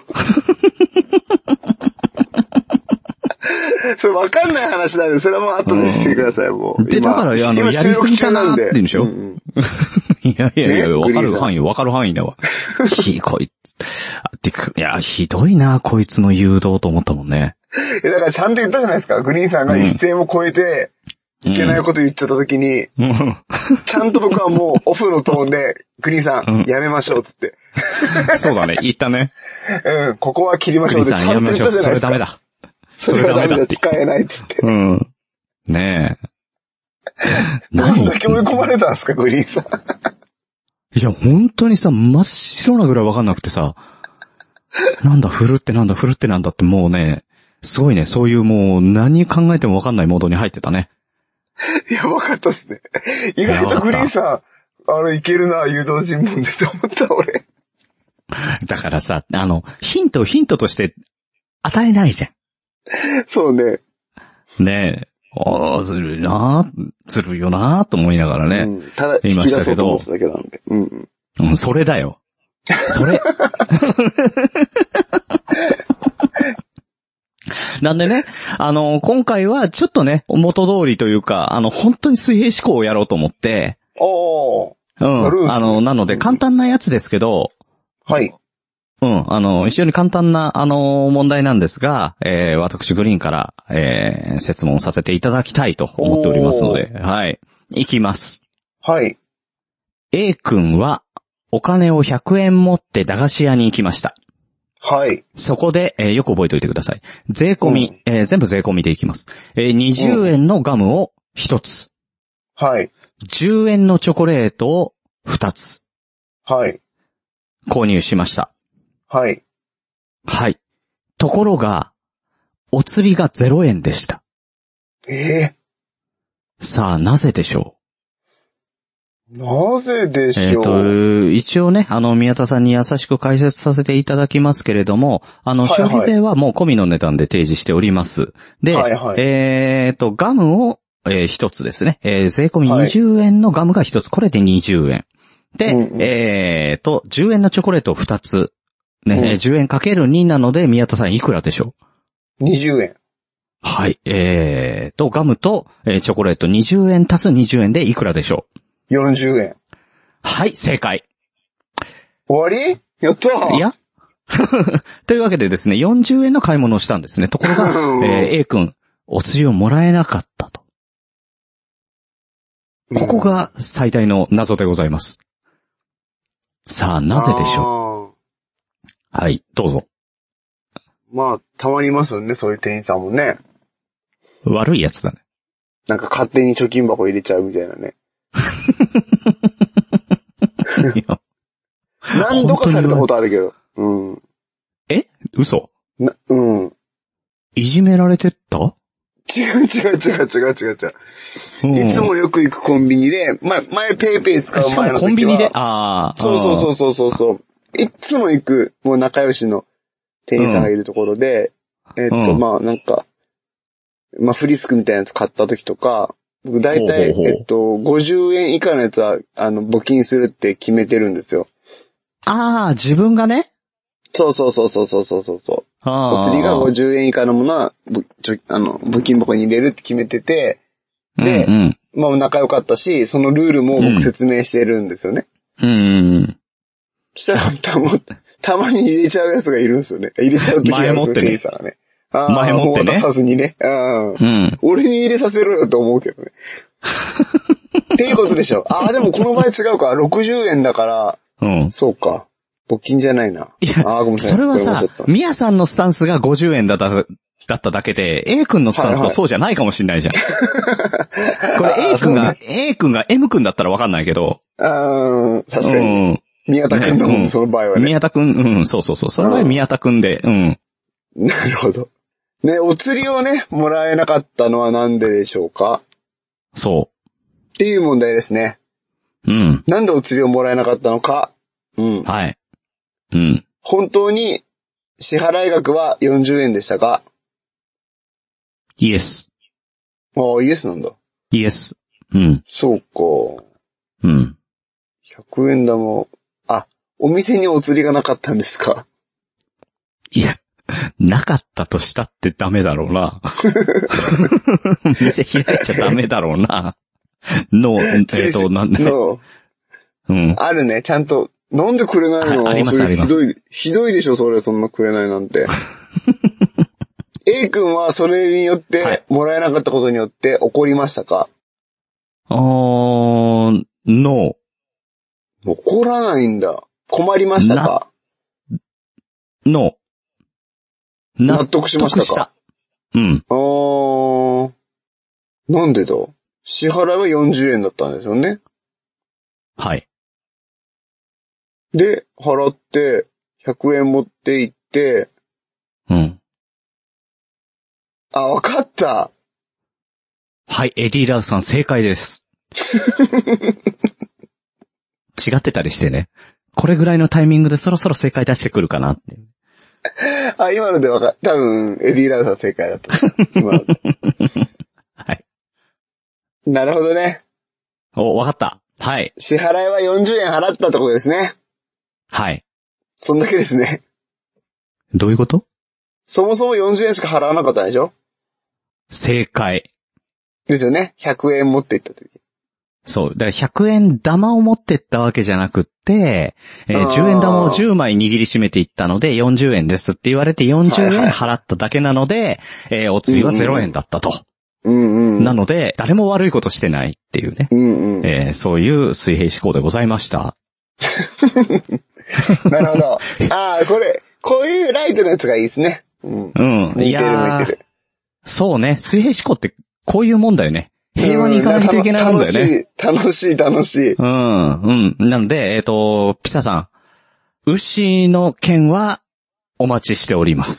それ分かんない話なんで、それはもう後でしてください、もう。 で、だから、やりすぎたなって言うんでしょ？いや、分かる範囲だわ。こいつ。いや、ひどいな、こいつの誘導と思ったもんね。 だからちゃんと言ったじゃないですか。グリーンさんが一線を越えて、いけないこと言っちゃった時に、ちゃんと僕はもうオフのトーンで、グリーンさん、やめましょう、つって。 そうだね、言ったね。 ここは切りましょうってちゃんと言ったじゃないですか。 それダメだ。 それはダメだ、使えないって言って。 ねえ。 どんだけ追い込まれたんですか、グリーンさん。 いや、本当にさ、真っ白なぐらいわかんなくてさ、なんだ、振るってなんだってもうね、すごいね、そういうもう何考えてもわかんないモードに入ってたね。 やばかったっすね。意外とグリーンさん、いけるな、誘導尋問でと思った、俺。 だからさ、ヒントとして与えないじゃん。 そうね。 ねえ。ずるいよなと思いながらね。 ただ、引き出そうと思ってただけなんで。 それだよ。それ。なんでね、今回はちょっとね、元通りというか、本当に水平思考をやろうと思って。なので簡単なやつですけど。 はい。 非常に簡単な、問題なんですが、私グリーンから、設問させていただきたいと思っておりますので、はい。いきます。 はい。 A 君は、お金を100円持って駄菓子屋に行きました。 はい。 そこで、よく覚えておいてください。税込み、全部税込みでいきます。20円のガムを1つ。 はい。 10円のチョコレートを2つ。 はい。 購入しました。 はい。 はい。ところが、お釣りが0円でした。 さあ、なぜでしょうなぜでしょう。 一応ね、宮田さんに優しく解説させていただきますけれども、消費税はもう込みの値段で提示しております。で、ガムを、一つですね。税込み20円のガムが一つ。これで20円。で、10円のチョコレートを2つ。ね、10円かける2なので、宮田さんいくらでしょう？ 20円。 はい。ガムと、チョコレート20円足す20円でいくらでしょう ？40円。 はい、正解。 終わり？やったー。 いやというわけでですね、40円の買い物をしたんですね。ところが、A 君、お釣りをもらえなかったと。ここが最大の謎でございます。さあ、なぜでしょう？はい、どうぞ。 まあ、たまりますよね、そういう店員さんもね。 悪いやつだね。 なんか勝手に貯金箱入れちゃうみたいなね。何度かされたことあるけど。うん。 嘘？ うん。 いじめられてった？ 違う。いつもよく行くコンビニで、前ペイペイ使う前の時は。しかもコンビニで？ そう。いつも行く、もう仲良しの店員さんがいるところで、まあなんか、まあフリスクみたいなやつ買った時とか、僕大体、50円以下のやつは、募金するって決めてるんですよ。 ああ、自分がね。 そう。お釣りが50円以下のものは、募金箱に入れるって決めてて、で、まあ仲良かったし、そのルールも僕説明してるんですよね。そしたら、たまに入れちゃうやつがいるんですよね。入れちゃう時があるんですよ、店員さんがね。 前もってね。 渡さずにね。俺に入れさせろよと思うけどね。っていうことでしょ。でもこの場合違うか。60円だから、そうか。募金じゃないな。 いや、ごめんなさい。それはさ、ミヤさんのスタンスが50円だっただけで、A 君のスタンスはそうじゃないかもしんないじゃん。これ A 君が M 君だったらわかんないけど。 さすがに。宮田君の、その場合はね。 宮田君、そう。その場合宮田君で、 なるほど。ね、お釣りをね、もらえなかったのはなんででしょうか？ そう。 っていう問題ですね。なんでお釣りをもらえなかったのか？ はい。 本当に支払い額は40円でしたか？ イエス。 イエスなんだ。 イエス。 そうか。100円玉。お店にお釣りがなかったんですか？ いや、なかったとしたってダメだろうな。店開いちゃダメだろうな。なんで。 あるね、ちゃんと。なんでくれないの？ あります。 ひどいでしょ、そんなくれないなんて。A 君はそれによって、もらえなかったことによって怒りましたか？ ノー。 怒らないんだ。困りましたか？ ノー。 納得しましたか？なんでだ？支払いは40円だったんですよね。 はい。 で、払って、100円持って行って、わかった。 はい、エディ・ラウさん正解です。違ってたりしてね。これぐらいのタイミングでそろそろ正解出してくるかなって。 今ので多分、エディ・ラウさん正解だった。今ので。 はい。 なるほどね。 わかった。はい。 支払いは40円払ったってことですね。 はい。 そんだけですね。 どういうこと？ そもそも40円しか払わなかったんでしょ？ 正解。 ですよね。100円持っていった時。 そう。だから100円玉を持ってったわけじゃなくって、10円玉を10枚握りしめていったので40円ですって言われて40円払っただけなので、お釣りは0円だったと。なので、誰も悪いことしてないっていうね。そういう水平思考でございました。 なるほど。こういうライトのやつがいいですね。向いてる。 そうね。水平思考ってこういうもんだよね。平和に行かないといけないもんだよね。 楽しい。なので、ピサさん、牛の件はお待ちしております。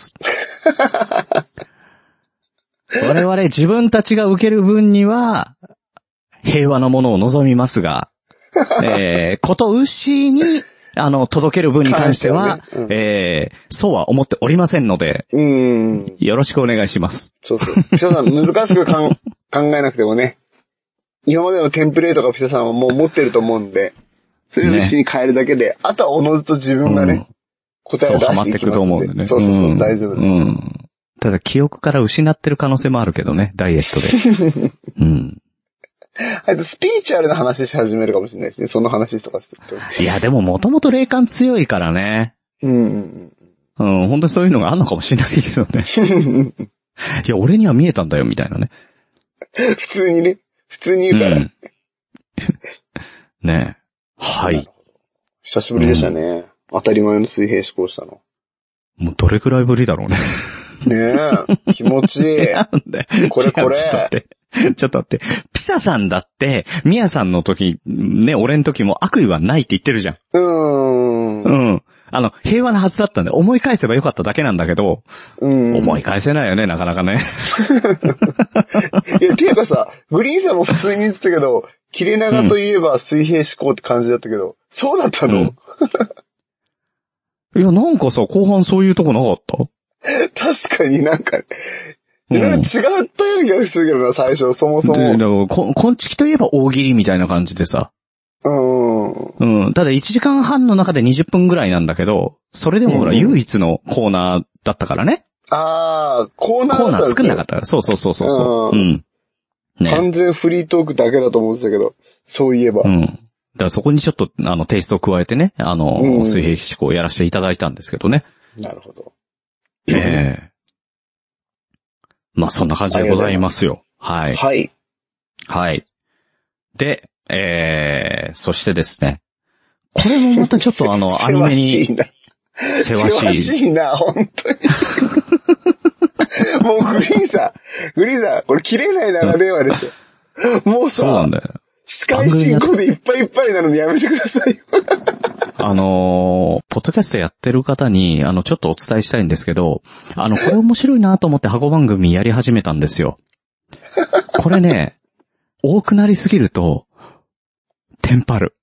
我々自分たちが受ける分には、平和なものを望みますが、 こと牛に、届ける分に関しては、そうは思っておりませんので、よろしくお願いします。 そうそう。ピサさん、難しく考えなくてもね、今までのテンプレートがピサさんはもう持ってると思うんで、それを牛に変えるだけで、あとはおのずと自分がね、答えを出していきますので。そう、大丈夫。 ただ記憶から失ってる可能性もあるけどね、ダイエットで。 あいつスピリチュアルな話し始めるかもしれないですね。その話とかすると。 いや、でももともと霊感強いからね。本当にそういうのがあんのかもしれないけどね。いや、俺には見えたんだよ、みたいなね。 普通に言うから。 ねえ。はい。 久しぶりでしたね。当たり前の水平思考したの。 もうどれくらいぶりだろうね。 ねえ。気持ちいい。なんでこれ。 ちょっと待って。ピサさんだって、ミヤさんの時、ね、俺の時も悪意はないって言ってるじゃん。平和なはずだったんで、思い返せばよかっただけなんだけど、思い返せないよね、なかなかね。 いや、ていうかさ、グリーンさんも普通に言ってたけど、切れ長といえば水平思考って感じだったけど、そうだったの？ いや、なんかさ、後半そういうとこなかった？ 確かになんか、違ったような気がするけどな、最初、そもそも。 こんちきといえば大喜利みたいな感じでさ。ただ1時間半の中で20分ぐらいなんだけど、それでもほら、唯一のコーナーだったからね。 コーナー作んなかったから。そう。 ね。完全フリートークだけだと思ってたけど、そういえば。だからそこにちょっと、テイストを加えてね、水平思考をやらせていただいたんですけどね。 なるほど。 まあ、そんな感じでございますよ。はい。はい。で、そしてですね。これもまたちょっとアニメに、 せわしいな、本当に。もうグリーンさん、これ切れない長電話ですよ。もうさ、 そうなんだよ。 司会進行でいっぱいいっぱいなのでやめてくださいよ。 ポッドキャストやってる方に、ちょっとお伝えしたいんですけど、これ面白いなと思って箱番組やり始めたんですよ。これね、多くなりすぎると、テンパる。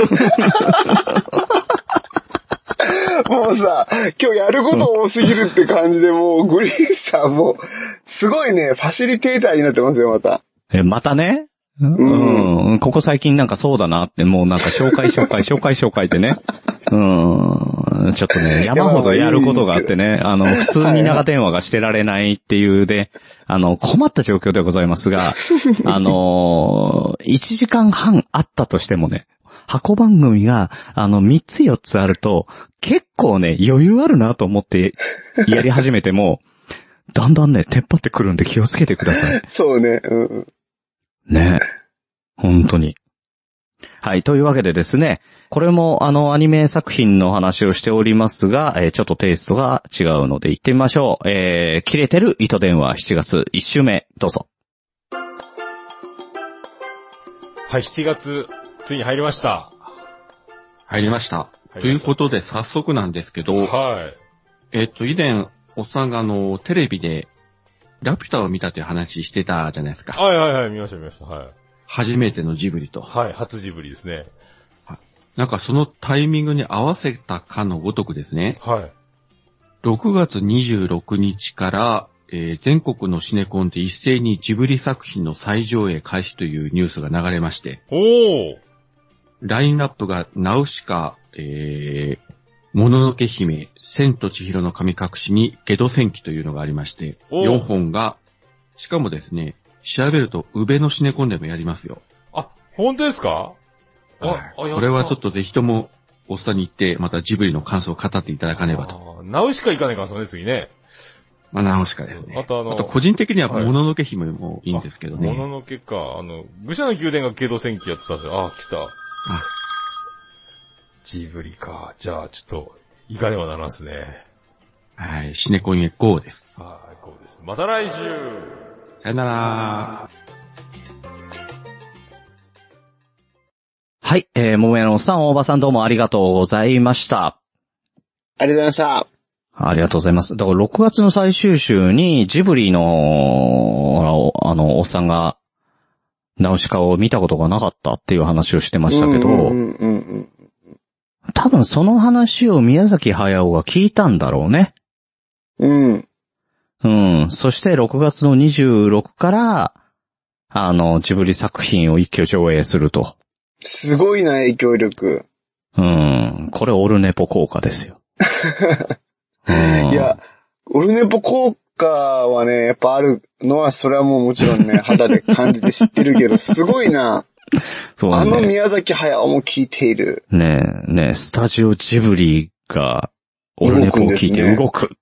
もうさ、今日やること多すぎるって感じでもう、グリーンさんも、すごいね、ファシリテーターになってますよ、また。 またね。ここ最近なんかそうだなって、もうなんか紹介ってね。ちょっとね、山ほどやることがあってね、普通に長電話がしてられないっていうで、困った状況でございますが、1時間半あったとしてもね、箱番組が、3つ4つあると、結構ね、余裕あるなと思ってやり始めても、だんだんね、テンパってくるんで気をつけてください。 そうね、 ね。本当に。はい。というわけでですね、これもアニメ作品の話をしておりますが、ちょっとテイストが違うので行ってみましょう。切れてる糸電話7月1週目、どうぞ。 はい、7月、ついに入りました。 入りました。ということで、早速なんですけど、 はい。 以前、おっさんがテレビで、ラピュタを見たという話してたじゃないですか。 はい、見ました、はい。 初めてのジブリと。 はい、初ジブリですね。 なんかそのタイミングに合わせたかのごとくですね。 はい。 6月26日から、全国のシネコンで一斉にジブリ作品の再上映開始というニュースが流れまして。ラインナップがナウシカ、もののけ姫、千と千尋の神隠しにゲド戦記というのがありまして、4本が、しかもですね、調べると、宇部のシネコンでもやりますよ。 あ、本当ですか？ これはちょっとぜひとも、おっさんに行って、またジブリの感想を語っていただかねばと。 ナウシカ行かないかん、そね、次ね。 まあ、ナウシカですね。 あと個人的には、もののけ姫もいいんですけどね。 もののけか。愚者の宮殿がゲド戦記やってたし、来た。ジブリか。じゃあ、ちょっと、行かねばならんすね。 はい、シネコンへ GO です。 GO です。また来週！ さよなら。 はい、桃屋のおっさん、大場さんどうもありがとうございました。 ありがとうございました。 ありがとうございます。だから6月の最終週にジブリの、おっさんがナウシカを見たことがなかったっていう話をしてましたけど、多分その話を宮崎駿が聞いたんだろうね。 うん。 うん。そして6月の26から、ジブリ作品を一挙上映すると。 すごいな、影響力。 うん。これオルネポ効果ですよ。 いや、オルネポ効果はね、やっぱあるのは、それはもちろんね、肌で感じて知ってるけど、すごいな。そうね。宮崎駿も聞いている。 ねえ、スタジオジブリが、オルネポを聞いて動く。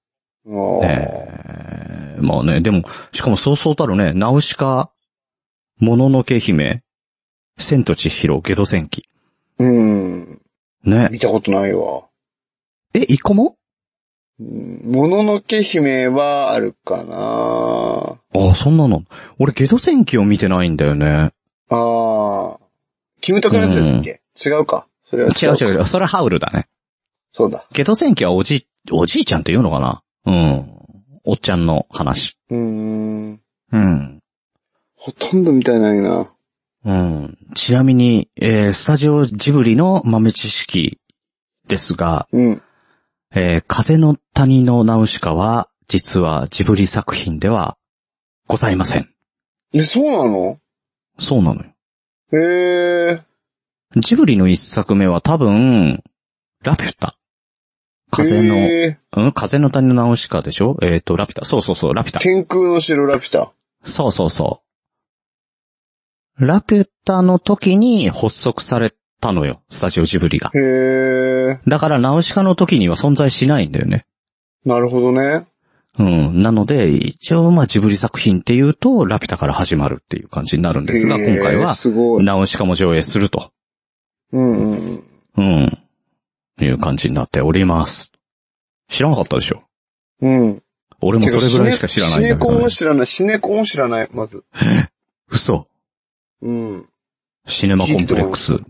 まあね、でも、しかもそうそうたるね、ナウシカ、もののけ姫、千と千尋、ゲド戦記。ね。 見たことないわ。 一個も？ もののけ姫はあるかな。 あ、そんなの。俺、ゲド戦記を見てないんだよね。 ああ。キムタクのやつですっけ？違うか。それは違う。それはハウルだね。 そうだ。 ゲド戦記はおじいちゃんって言うのかな？おっちゃんの話。 ほとんど見たいないな。 ちなみに、スタジオジブリの豆知識ですが、風の谷のナウシカは、実はジブリ作品ではございません。 そうなの？ そうなのよ。 へー。 ジブリの一作目は多分、ラピュタ。風の谷のナウシカでしょ？ラピュタ。そう、ラピュタ。 天空の城ラピュタ。 そう。ラピュタの時に発足されたのよ、スタジオジブリが。 へー。 だからナウシカの時には存在しないんだよね。 なるほどね。 なので、一応ジブリ作品っていうと、ラピュタから始まるっていう感じになるんですが、今回は、ナウシカも上映すると。いう感じになっております。知らなかったでしょ？俺もそれぐらいしか知らないんだけど、ね。 シネコンを知らない。シネコンを知らない、まず。 嘘。シネマコンプレックス。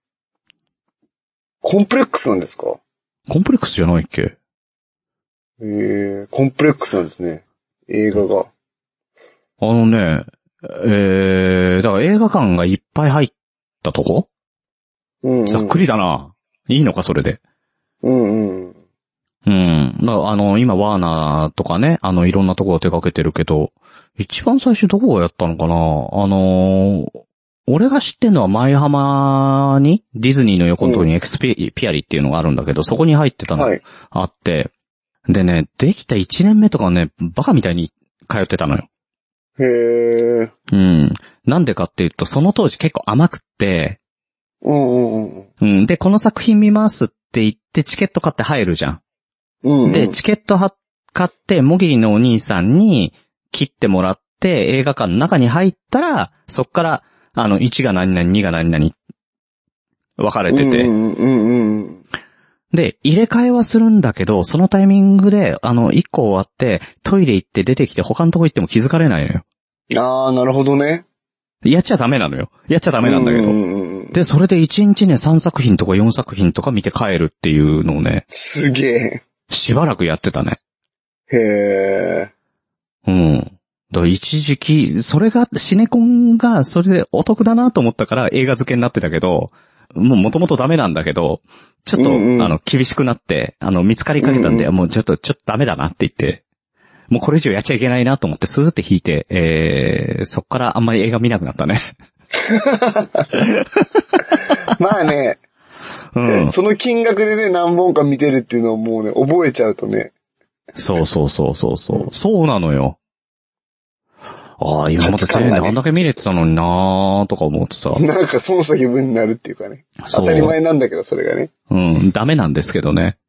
コンプレックスなんですか？ コンプレックスじゃないっけ？ コンプレックスなんですね。映画が。 だから映画館がいっぱい入ったとこ？ざっくりだな。いいのか、それで。今、ワーナーとかね、いろんなところを手掛けてるけど、一番最初どこがやったのかな？俺が知ってんのは舞浜に、ディズニーの横のところにエクスピアリっていうのがあるんだけど、そこに入ってたのがあって、でね、できた1年目とかね、バカみたいに通ってたのよ。 へー。 なんでかっていうと、その当時結構甘くって、で、この作品見ますって言ってチケット買って入るじゃん。で、チケット買って、もぎりのお兄さんに切ってもらって映画館の中に入ったら、そっから、1が何々、2が何々、分かれてて。で、入れ替えはするんだけど、そのタイミングで、1個終わって、トイレ行って出てきて他のとこ行っても気づかれないのよ。 あー、なるほどね。 やっちゃダメなのよ。やっちゃダメなんだけど。で、それで1日ね、3作品とか4作品とか見て帰るっていうのをね。 すげえ。 しばらくやってたね。 へー。だから一時期、それが、シネコンがそれでお得だなと思ったから映画付けになってたけど、もともとダメなんだけど、ちょっと、厳しくなって、見つかりかけたんで、もうちょっとダメだなって言って、もうこれ以上やっちゃいけないなと思ってスーって引いて、そっからあんまり映画見なくなったね。 まあね、 その金額でね、何本か見てるっていうのをもうね、覚えちゃうとね。 そう。そうなのよ。ああ、今まで1000円であんだけ見れてたのになーとか思ってさ。 なんか損した気分になるっていうかね。当たり前なんだけど、それがね。 ダメなんですけどね。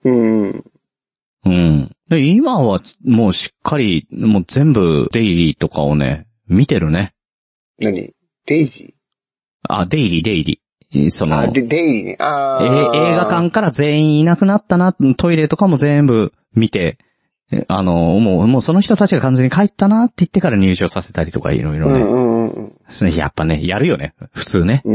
で、今はもうしっかり、もう全部デイリーとかをね、見てるね。 何？デイジー？ デイリー。デイリーね。映画館から全員いなくなったな、トイレとかも全部見て、もうその人たちが完全に帰ったなって言ってから入場させたりとかいろいろね。やっぱね、やるよね。普通ね。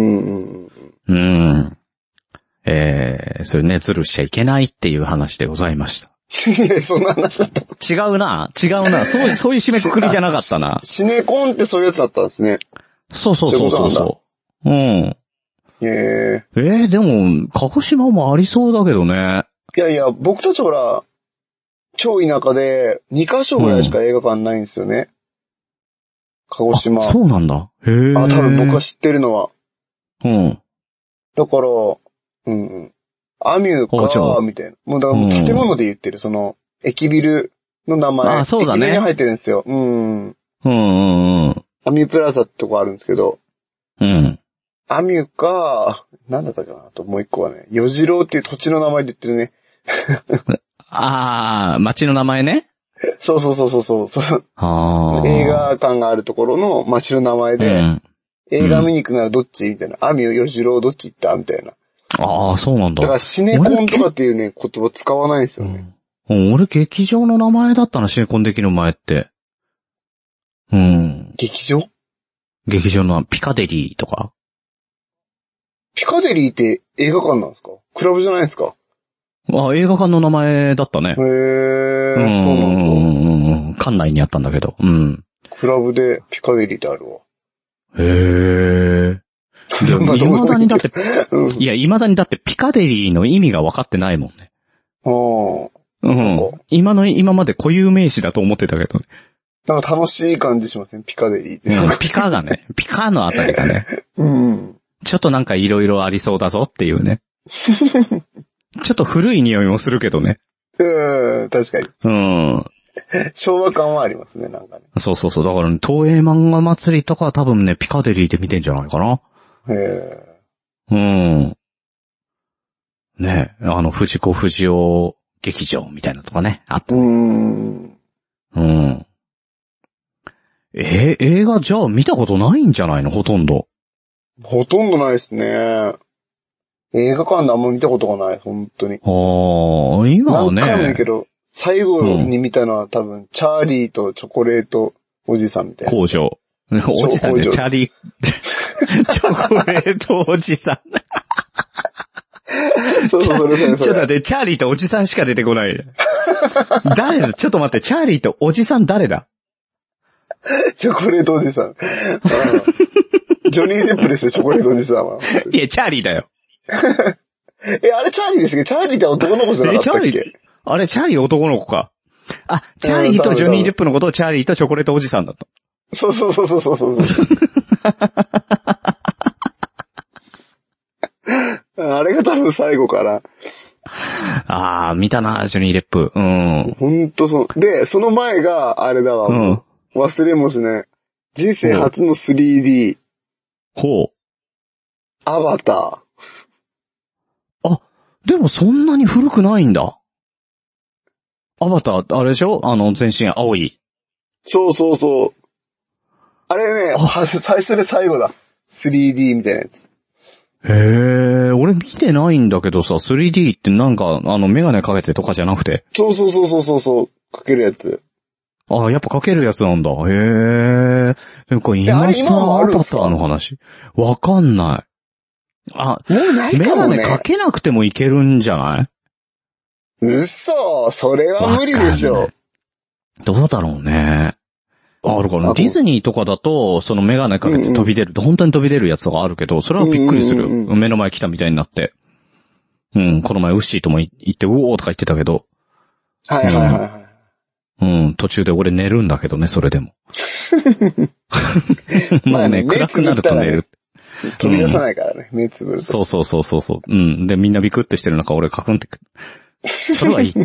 それね、ずるしちゃいけないっていう話でございました。 そんな話だった。 違うな。そういう締めくくりじゃなかったな。 シネコンってそういうやつだったんですね。 そうそうそうそう。うん。でも、鹿児島もありそうだけどね。 いやいや、僕たちほら、超田舎で2カ所ぐらいしか映画館ないんですよね。鹿児島。 そうなんだ。へえ。 多分僕は知ってるのは。 うん。 だから、アミューか、みたいな。もうだから建物で言ってる、その、駅ビルの名前。 そうだね。 駅ビルに入ってるんですよ。アミュープラザってとこあるんですけど。アミューか、なんだったかなと、もう一個はね、ヨジローっていう土地の名前で言ってるね。 町の名前ね。 そう。映画館があるところの町の名前で、映画見に行くならどっちみたいな。アミュー、ヨジローどっち行ったみたいな。 そうなんだ。 だからシネコンとかっていうね、言葉使わないんですよね。 俺劇場の名前だったな、シネコンできる前って。 劇場のピカデリーとか。 ピカデリーって映画館なんですか？クラブじゃないですか？ 映画館の名前だったね。 そうなんだ。館内にあったんだけど。 クラブでピカデリーってあるわ。 でも未だにだって、未だにだってピカデリーの意味が分かってないもんね。今まで固有名詞だと思ってたけどね。 なんか楽しい感じしません？ピカデリーって。 ピカがね、ピカのあたりがね。ちょっとなんかいろいろありそうだぞっていうね。ちょっと古い匂いもするけどね。 確かに。昭和感はありますね、なんかね。 そう。だからね、東映漫画祭りとかは多分ね、ピカデリーで見てんじゃないかな。ね、藤子不二雄劇場みたいなとかね、あった。映画じゃあ見たことないんじゃないの？ほとんど。 ほとんどないですね。映画館であんま見たことがない、本当に。 今はね。 何回も言うけど、最後に見たのは多分、チャーリーとチョコレートおじさんみたいな。 工場。おじさんで、チャーリー、チョコレートおじさん。ちょっと待って、チャーリーとおじさんしか出てこない。誰だ？ちょっと待って、チャーリーとおじさん誰だ？ チョコレートおじさん。ジョニー・デップですよ、チョコレートおじさんは。 いや、チャーリーだよ。 あれチャーリーですけど、チャーリーって男の子じゃなかったっけ？ チャーリー男の子か。チャーリーとジョニー・デップのことをチャーリーとチョコレートおじさんだった。 そう。あれが多分最後かな。 見たな、ジョニー・デップ。 ほんとそう。で、その前が、あれだわ。忘れもしね。人生初の 3D。アバター。 でもそんなに古くないんだ。アバター、あれでしょ？全身青い。 そう。あれね、最初で最後だ。3D みたいなやつ。 俺見てないんだけどさ、3D ってなんか、メガネかけてとかじゃなくて。 そう。かけるやつ。 やっぱかけるやつなんだ。でもこれ今更アバターの話。わかんない。 もうないかもね。 メガネかけなくてもいけるんじゃない？ 嘘！それは無理でしょ。 どうだろうね。あるかな。ディズニーとかだと、そのメガネかけて飛び出ると、本当に飛び出るやつとかあるけど、それはびっくりする。目の前来たみたいになって。この前ウッシーとも行って、うおーとか言ってたけど。途中で俺寝るんだけどね、それでも。もうね、暗くなると寝る。 飛び出さないからね、目つぶると。 そう。で、みんなビクってしてる中、俺カクンって。それはいい。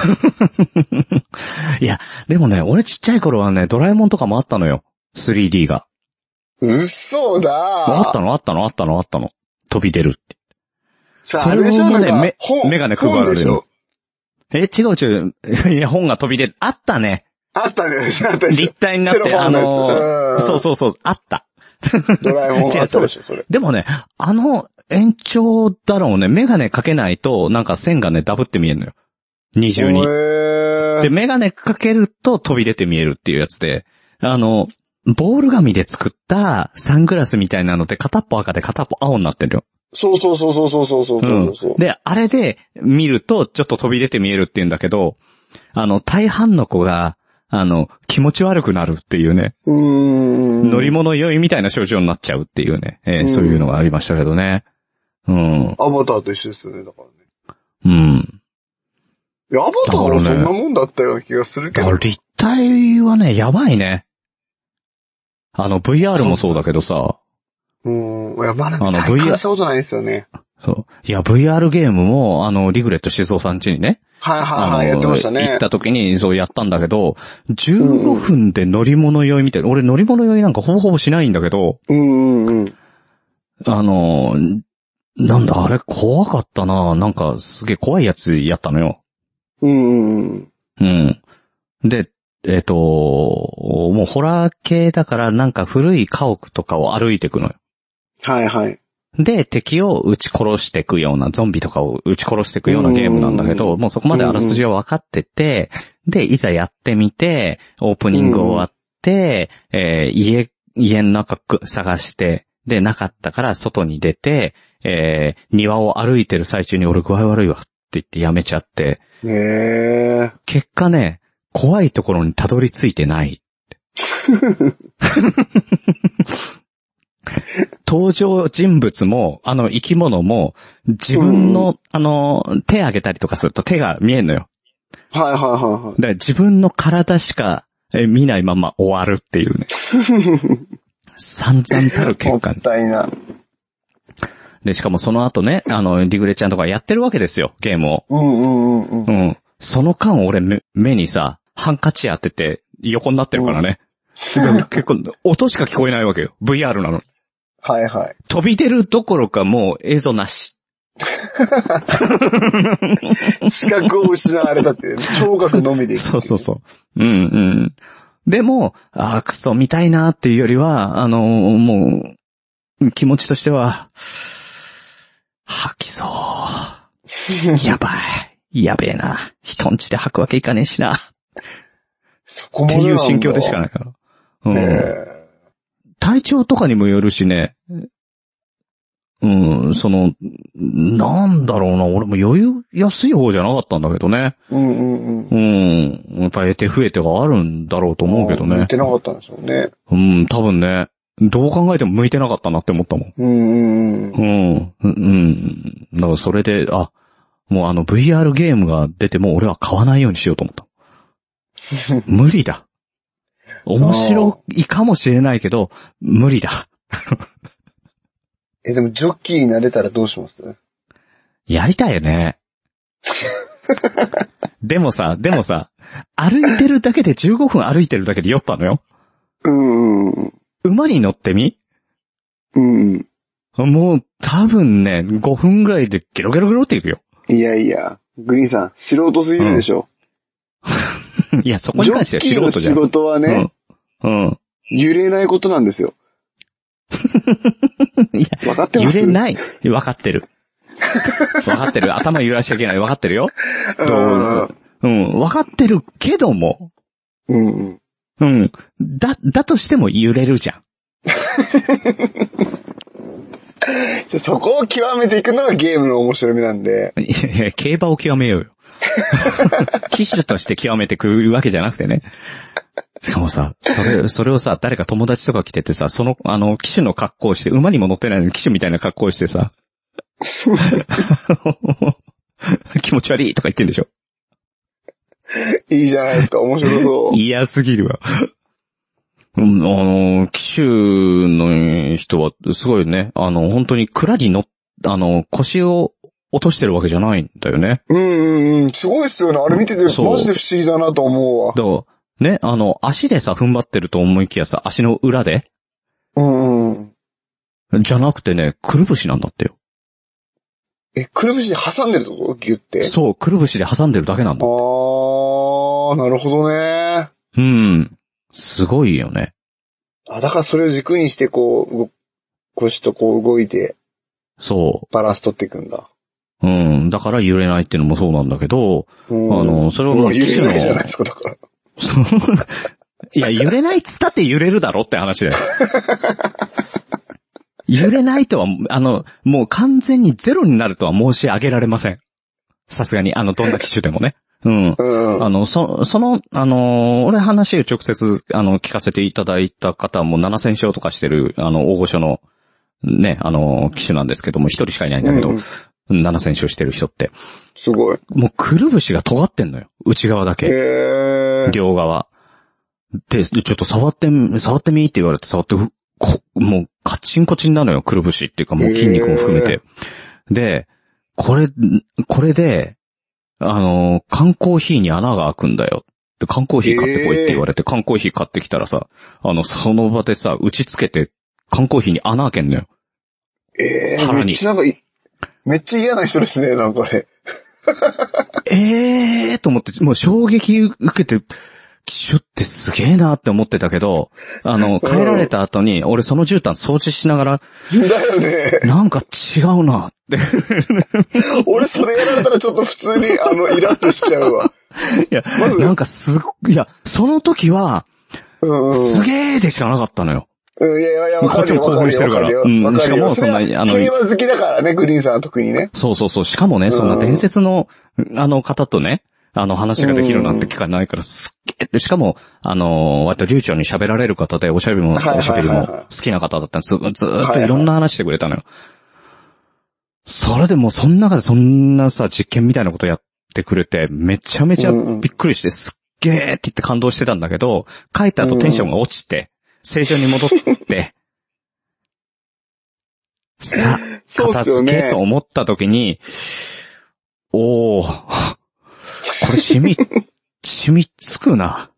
いや、でもね、俺ちっちゃい頃はね、ドラえもんとかもあったのよ。3D が。 嘘だー。 あったの。飛び出るって。 それもね、 メガネ配られるの。違う。いや、本が飛び出る。あったね。立体になって、そう、あった。 ドラえもんあったでしょ、それ。 でもね、延長だろうね。メガネかけないと、なんか線がね、ダブって見えるのよ。二重に。で、メガネかけると飛び出て見えるっていうやつで、ボール紙で作ったサングラスみたいなので、片っぽ赤で片っぽ青になってるよ。 そう。 で、あれで見ると、ちょっと飛び出て見えるって言うんだけど、大半の子が、 気持ち悪くなるっていうね。乗り物酔いみたいな症状になっちゃうっていうね。そういうのがありましたけどね。うん。 アバターと一緒ですよね、だからね。 うん。 いや、アバターはそんなもんだったような気がするけど。 立体はね、やばいね。VR もそうだけどさ。 いや、まだ体感したことないですよね。 そう。いや、VR ゲームも、リグレット静雄さん家にね。 やってましたね。 行った時にそうやったんだけど、15分で乗り物酔いみたいな。俺乗り物酔いなんかほぼほぼしないんだけど。なんだ、あれ怖かったな。なんかすげえ怖いやつやったのよ。で、もうホラー系だからなんか古い家屋とかを歩いていくのよ。で、敵を撃ち殺していくような、ゾンビとかを撃ち殺していくようなゲームなんだけど、もうそこまであらすじは分かってて、で、いざやってみて、オープニング終わって、家の中探して、で、なかったから外に出て、庭を歩いてる最中に俺具合悪いわって言ってやめちゃって、結果ね、怖いところにたどり着いてない。登場人物も、生き物も、自分の、手上げたりとかすると手が見えんのよ。だから自分の体しか見ないまま終わるっていうね。散々たる結果に。もったいな。で、しかもその後ね、リグレちゃんとかやってるわけですよ、ゲームを。その間俺目にさ、ハンカチ当てて横になってるからね。結構、音しか聞こえないわけよ。VR なの。飛び出るどころかもう映像なし。 視覚を失われたって、聴覚のみで。 そう。でも、クソ見たいなっていうよりは、もう、気持ちとしては、吐きそう。やばい。やべえな。人んちで吐くわけいかねえしな。 そこもっていう心境でしかないから。体調とかにもよるしね。なんだろうな、俺も余裕安い方じゃなかったんだけどね。やっぱり得て増えてがあるんだろうと思うけどね。 向いてなかったんでしょうね。 多分ね。どう考えても向いてなかったなって思ったもん。だからそれで、もうVR ゲームが出ても俺は買わないようにしようと思った。無理だ。面白いかもしれないけど、無理だ。 でもジョッキーになれたらどうします？ やりたいよね。でもさ、歩いてるだけで15分歩いてるだけで酔ったのよ。馬に乗ってみ？もう多分ね、5分ぐらいでゲロゲロゲロっていくよ。 いや、グリーンさん、素人すぎるでしょ。 いや、そこに関しては素人じゃん。 ジョッキーの仕事はね、揺れないことなんですよ。 いや、 分かってます？ 揺れない。分かってる。頭揺らしちゃいけない。分かってるよ。分かってるけども。だとしても揺れるじゃん。 そこを極めていくのがゲームの面白みなんで。 いや、競馬を極めようよ。騎手として極めてくるわけじゃなくてね。しかもさ、それをさ、誰か友達とか来ててさ、騎手の格好をして、馬にも乗ってないのに騎手みたいな格好をしてさ、気持ち悪いとか言ってんでしょ。 いいじゃないですか、面白そう。 嫌すぎるわ。騎手の人は、すごいね、本当に蔵に腰を落としてるわけじゃないんだよね。 すごいっすよね。あれ見てて、マジで不思議だなと思うわ。 だからね、足でさ、踏ん張ってると思いきやさ、足の裏でじゃなくてね、くるぶしなんだってよ。 くるぶしで挟んでるってこと？ギュって。 そう、くるぶしで挟んでるだけなんだって。 なるほどね。 すごいよね。 だからそれを軸にして、腰と動いて。そう。バランス取っていくんだ。 だから揺れないっていうのもそうなんだけど、それをもう揺れないじゃないですか、だから。 いや、揺れないっつったって揺れるだろって話だよ。揺れないとは、もう完全にゼロになるとは申し上げられません。さすがに、どんな機種でもね。 うん。俺話を直接、聞かせていただいた方も7000勝とかしてる、大御所の、ね、機種なんですけども、一人しかいないんだけど、7000勝してる人って。 すごい。 もうくるぶしが尖ってんのよ。内側だけ。両側。で、ちょっと触ってみって言われて触って、もうカチンコチンなのよ、くるぶしっていうかもう筋肉も含めて。で、これで、缶コーヒーに穴が開くんだよ。で、缶コーヒー買ってこいって言われて、缶コーヒー買ってきたらさ、その場でさ、打ち付けて、缶コーヒーに穴開けんのよ。腹に。 めっちゃ嫌な人ですね、なんかね。 と思って、もう衝撃受けて、機種ってすげえなって思ってたけど、帰られた後に、俺その絨毯掃除しながら、 だよね。 なんか違うなって。 俺それやられたらちょっと普通に、イラッとしちゃうわ。 いや、まずなんかいや、その時は、すげーでしかなかったのよ。 いや、 こっちも興奮してるから。しかもそんな、 競馬好きだからね、グリーンさんは特にね。 そう。しかもね、そんな伝説の、方とね、話ができるなんて機会ないから、すっげえ。しかも、割と流暢に喋られる方で、おしゃべりも好きな方だったんです。ずーっといろんな話してくれたのよ。それでもうその中でそんなさ、実験みたいなことやってくれて、めちゃめちゃびっくりして、すっげーって言って感動してたんだけど、帰った後テンションが落ちて、正常に戻って、さあ、片付けと思った時に、これ染みつくな。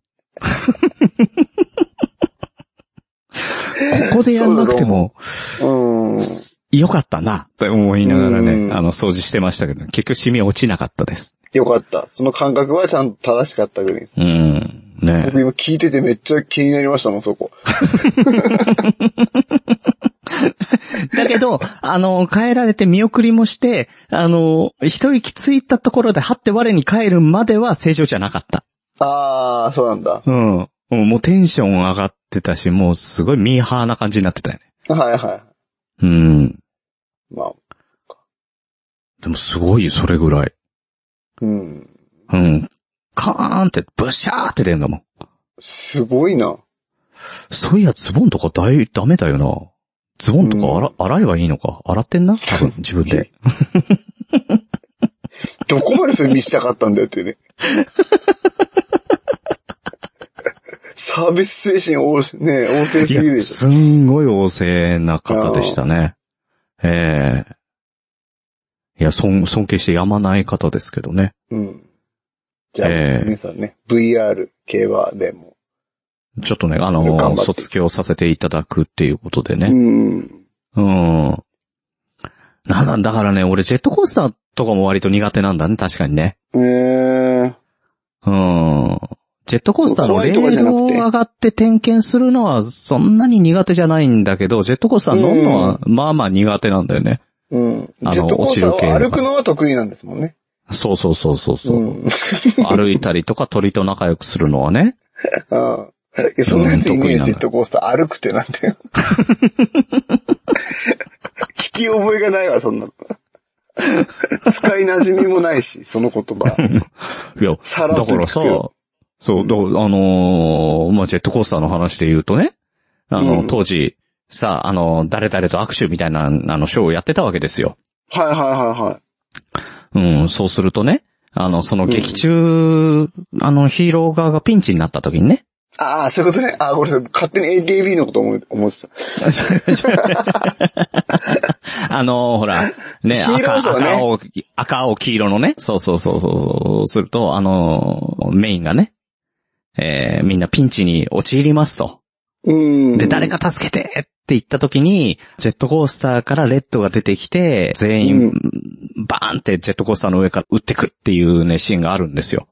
ここでやんなくても、よかったな、と思いながらね、掃除してましたけど、結局染み落ちなかったです。 よかった。その感覚はちゃんと正しかったぐらい。 ね。 僕今聞いててめっちゃ気になりましたもん、そこ。 だけど、帰られて見送りもして、一息ついたところで、はって我に帰るまでは正常じゃなかった。 ああ、そうなんだ。 もうテンション上がってたし、もうすごいミーハーな感じになってたよね。 はい。 まあ。でもすごいよ、それぐらい。カーンって、ブシャーって出るんだもん。 すごいな。 そういや、ズボンとかダメだよな。ズボンとか洗えばいいのか。洗ってんな多分、自分で。 どこまでそれ見せたかったんだよってね。サービス精神旺盛すぎるでしょ。 すんごい旺盛な方でしたね。いや、尊敬してやまない方ですけどね。 じゃあ、皆さんね、VR 競馬でも。 ちょっとね、卒業させていただくっていうことでね。だからね、俺ジェットコースターとかも割と苦手なんだね、確かにね。ジェットコースターのレールを上がって点検するのはそんなに苦手じゃないんだけど、ジェットコースター乗るのはまあまあ苦手なんだよね。 ジェットコースターを歩くのは得意なんですもんね。 そう。歩いたりとか鳥と仲良くするのはね。 そんなやついねえ、ジェットコースター歩くってなんて。聞き覚えがないわ、そんなの。使い馴染みもないし、その言葉。 いや、だからさ、そう、ジェットコースターの話で言うとね、当時、さ、誰々と握手みたいな、ショーをやってたわけですよ。 はい。 そうするとね、その劇中、ヒーロー側がピンチになった時にね。 ああ、そういうことね。ああ、俺勝手に AKB のこと思ってた。 ほら、ね、赤青黄色のね。そう。すると、メインがね、みんなピンチに陥りますと。で、誰か助けてって言った時に、ジェットコースターからレッドが出てきて、全員、バーンってジェットコースターの上から撃ってくっていうね、シーンがあるんですよ。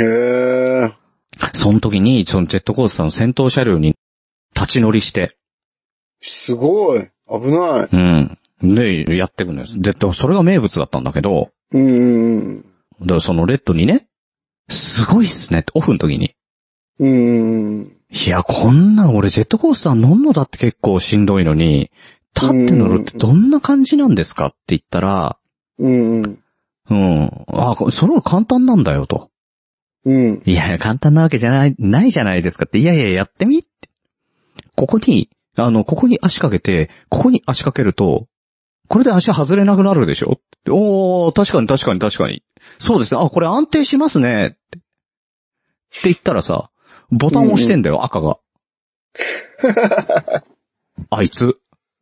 その時に、そのジェットコースターの先頭車両に立ち乗りして。 すごい。危ない。 で、やってくのよ。それが名物だったんだけど。だからそのレッドにね、すごいっすねって、オフの時に。いや、こんなの俺ジェットコースター乗んのだって結構しんどいのに、立って乗るってどんな感じなんですかって言ったら、それは簡単なんだよと。 うん。 いや、簡単なわけじゃないじゃないですかって。いやいや、やってみって。ここに足かけて、ここに足かけると、これで足外れなくなるでしょ？おー、確かに。そうですね。あ、これ安定しますね。って言ったらさ、ボタン押してんだよ、赤が。あいつ。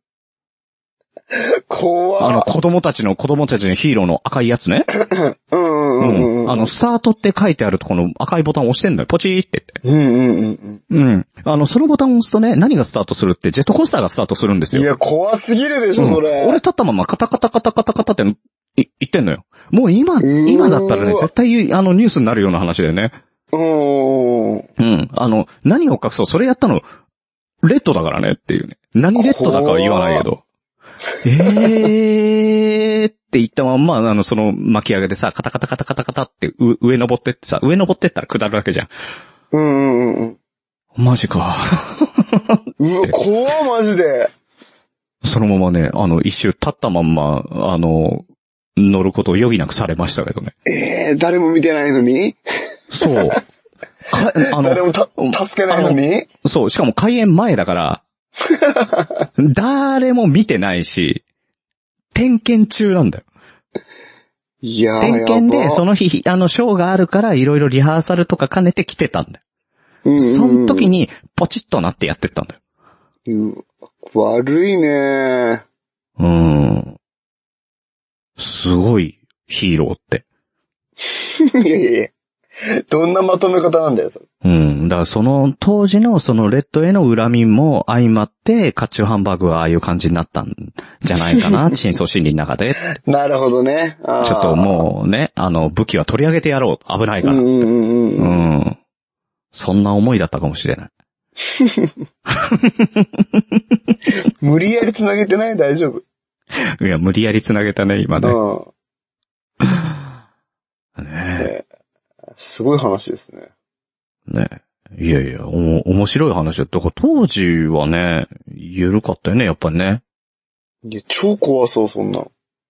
怖っ。 子供たちのヒーローの赤いやつね。スタートって書いてあるとこの赤いボタンを押してんだよ。ポチーって言って。そのボタンを押すとね、何がスタートするって、ジェットコースターがスタートするんですよ。 いや、怖すぎるでしょ、それ。 俺立ったままカタカタって言ってんのよ。もう今だったらね、絶対ニュースになるような話だよね。何を隠そう、それやったの、レッドだからねっていうね。何レッドだかは言わないけど。って言ったまんま、その巻き上げでさ、カタカタって上登ってってさ、上登ってったら下るわけじゃん。マジか。 うわ、怖マジで。 そのままね、一周立ったまんま、乗ることを余儀なくされましたけどね。 誰も見てないのに？ そう。 誰も助けないのに？ そう、しかも開園前だから、誰も見てないし、点検中なんだよ。 いやー、 点検で、その日、ショーがあるから、いろいろリハーサルとか兼ねて来てたんだよ。その時に、ポチッとなってやってったんだよ。 悪いねー。すごい、ヒーローって。 いや。どんなまとめ方なんだよ、それ。 だからその当時のそのレッドへの恨みも相まって、甲冑ハンバーグはああいう感じになったんじゃないかな、深層心理の中で。 なるほどね。 ちょっともうね、武器は取り上げてやろう。危ないから。そんな思いだったかもしれない。 無理やり繋げてない？大丈夫？ いや、無理やり繋げたね、今ね。ねえ。 すごい話ですね。 ねえ。いや、面白い話だった。だから当時はね、緩かったよね、やっぱりね。 いや、超怖そう、そんな。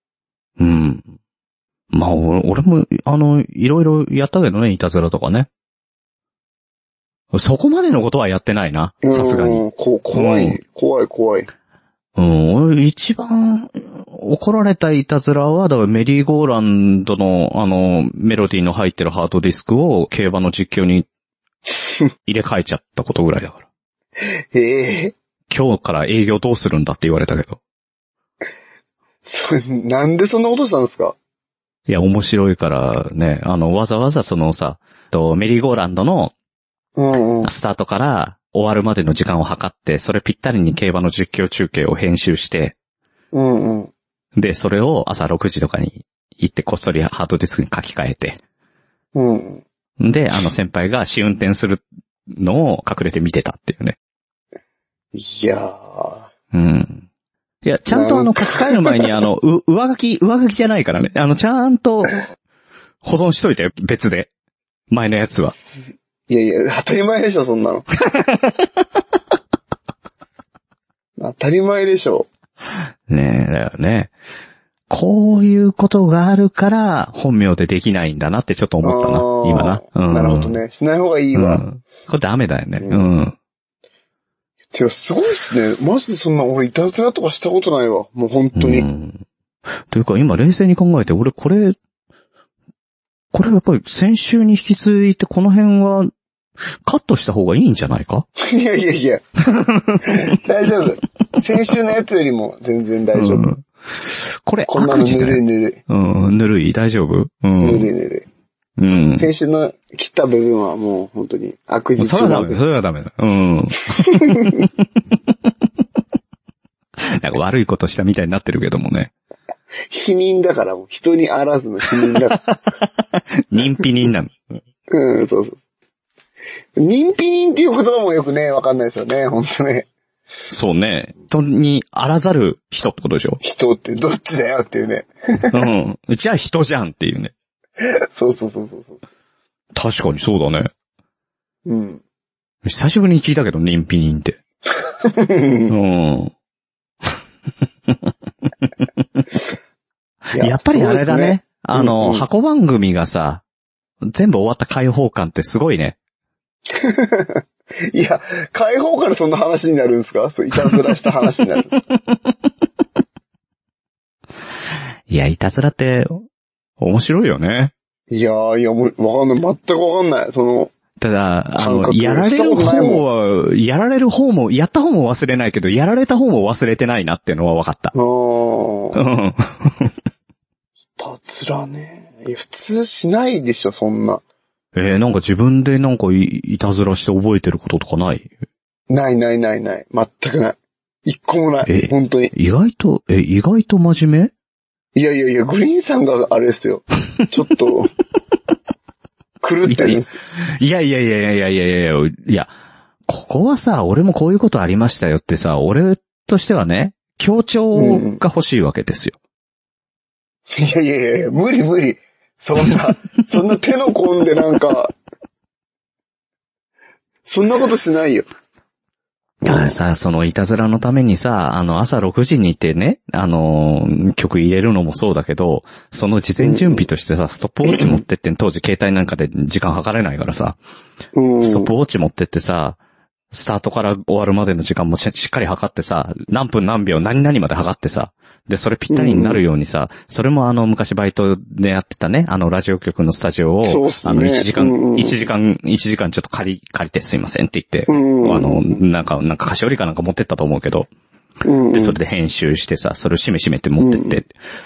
まあ、俺も、いろいろやったけどね、いたずらとかね。そこまでのことはやってないな、さすがに。 怖い。 一番怒られたいたずらは、だからメリーゴーランドのメロディーの入ってるハードディスクを競馬の実況に入れ替えちゃったことぐらいだから。今日から営業どうするんだって言われたけど。 なんでそんなことしたんですか？ いや、面白いからね、わざわざそのさ、メリーゴーランドのスタートから終わるまでの時間を測って、それぴったりに競馬の実況中継を編集して、で、それを朝6時とかに行ってこっそりハードディスクに書き換えて、で、先輩が試運転するのを隠れて見てたっていうね。 いやー。 いや、ちゃんと書き換える前に上書きじゃないからね。ちゃんと保存しといて、別で。前のやつは。 いや、当たり前でしょ、そんなの。当たり前でしょ。 ねえ、だよね。こういうことがあるから本名でできないんだなってちょっと思ったな、今な。 なるほどね。しない方がいいわ。 これダメだよね。 てか、すごいっすね。マジでそんな、俺、いたずらとかしたことないわ。もう本当に。 というか、今冷静に考えて、俺これやっぱり先週に引き継いでこの辺は、カットした方がいいんじゃないか？ いや。大丈夫。先週のやつよりも全然大丈夫。 これ、 こんなのぬるい。 ぬるい、大丈夫？ ぬるい。先週の切った部分はもう本当に悪事。 それはダメだ。なんか悪いことしたみたいになってるけどもね。 否認だからもう人にあらずの否認だから。 認否認なの。 そう。認否認っていう言葉もよくね、わかんないですよね、本当ね。 そうね。人にあらざる人ってことでしょ？ 人ってどっちだよっていうね。 じゃあ人じゃんっていうね。 そう。 確かにそうだね。久しぶりに聞いたけど、認否認って。やっぱりあれだね。箱番組がさ、 全部終わった解放感ってすごいね。 いや、解放からそんな話になるんですか？そう、いたずらした話になるんですか？ いや、いたずらって、面白いよね。 いや、もう、わかんない。全くわかんない。 ただ、やられる方は、やられる方も、やった方も忘れないけど、やられた方も忘れてないなっていうのは分かった。 いたずらね。普通しないでしょ、そんな。 なんか自分でなんかいたずらして覚えてることとかない？ ない。全くない。一個もない。本当に。 意外と真面目？ いや、グリーンさんがあれですよ。ちょっと、狂ってるんです。 いや、ここはさ、俺もこういうことありましたよってさ、俺としてはね、強調が欲しいわけですよ。 いや、無理。そんな手の込んでなんか、そんなことしないよ。 だからさ、そのいたずらのためにさ、朝6時に行ってね、曲入れるのもそうだけど、その事前準備としてさ、ストップウォッチ持ってって、当時携帯なんかで時間測れないからさ、ストップウォッチ持ってってさ、スタートから終わるまでの時間もしっかり測ってさ、何分何秒何々まで測ってさ、で、それぴったりになるようにさ、それも昔バイトでやってたね、ラジオ局のスタジオを、1時間ちょっと借りてすいませんって言って、なんか菓子折りかなんか持ってったと思うけど、で、それで編集してさ、それをしめって持ってって、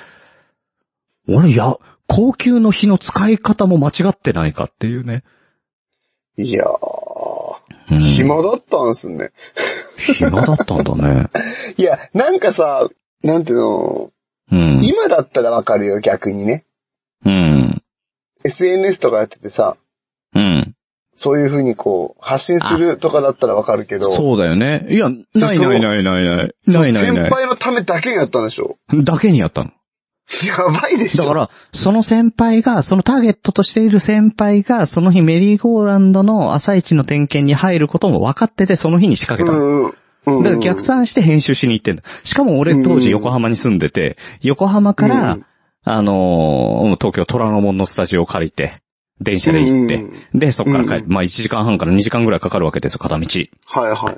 高級の日の使い方も間違ってないかっていうね。 いやー、暇だったんすね。 暇だったんだね。 いや、なんかさ、なんていうの、今だったらわかるよ、逆にね。SNS とかやっててさ、そういう風にこう、発信するとかだったらわかるけど。 そうだよね。いや、ない。先輩のためだけにやったんでしょ？ だけにやったの。 やばいでしょ。 だから、そのターゲットとしている先輩が、その日メリーゴーランドの朝一の点検に入ることも分かってて、その日に仕掛けたの。だから逆算して編集しに行ってんだ。しかも俺当時横浜に住んでて、横浜から、東京虎ノ門のスタジオを借りて、電車で行って、で、そこから帰る。1時間半から2時間ぐらいかかるわけですよ、片道。 はい。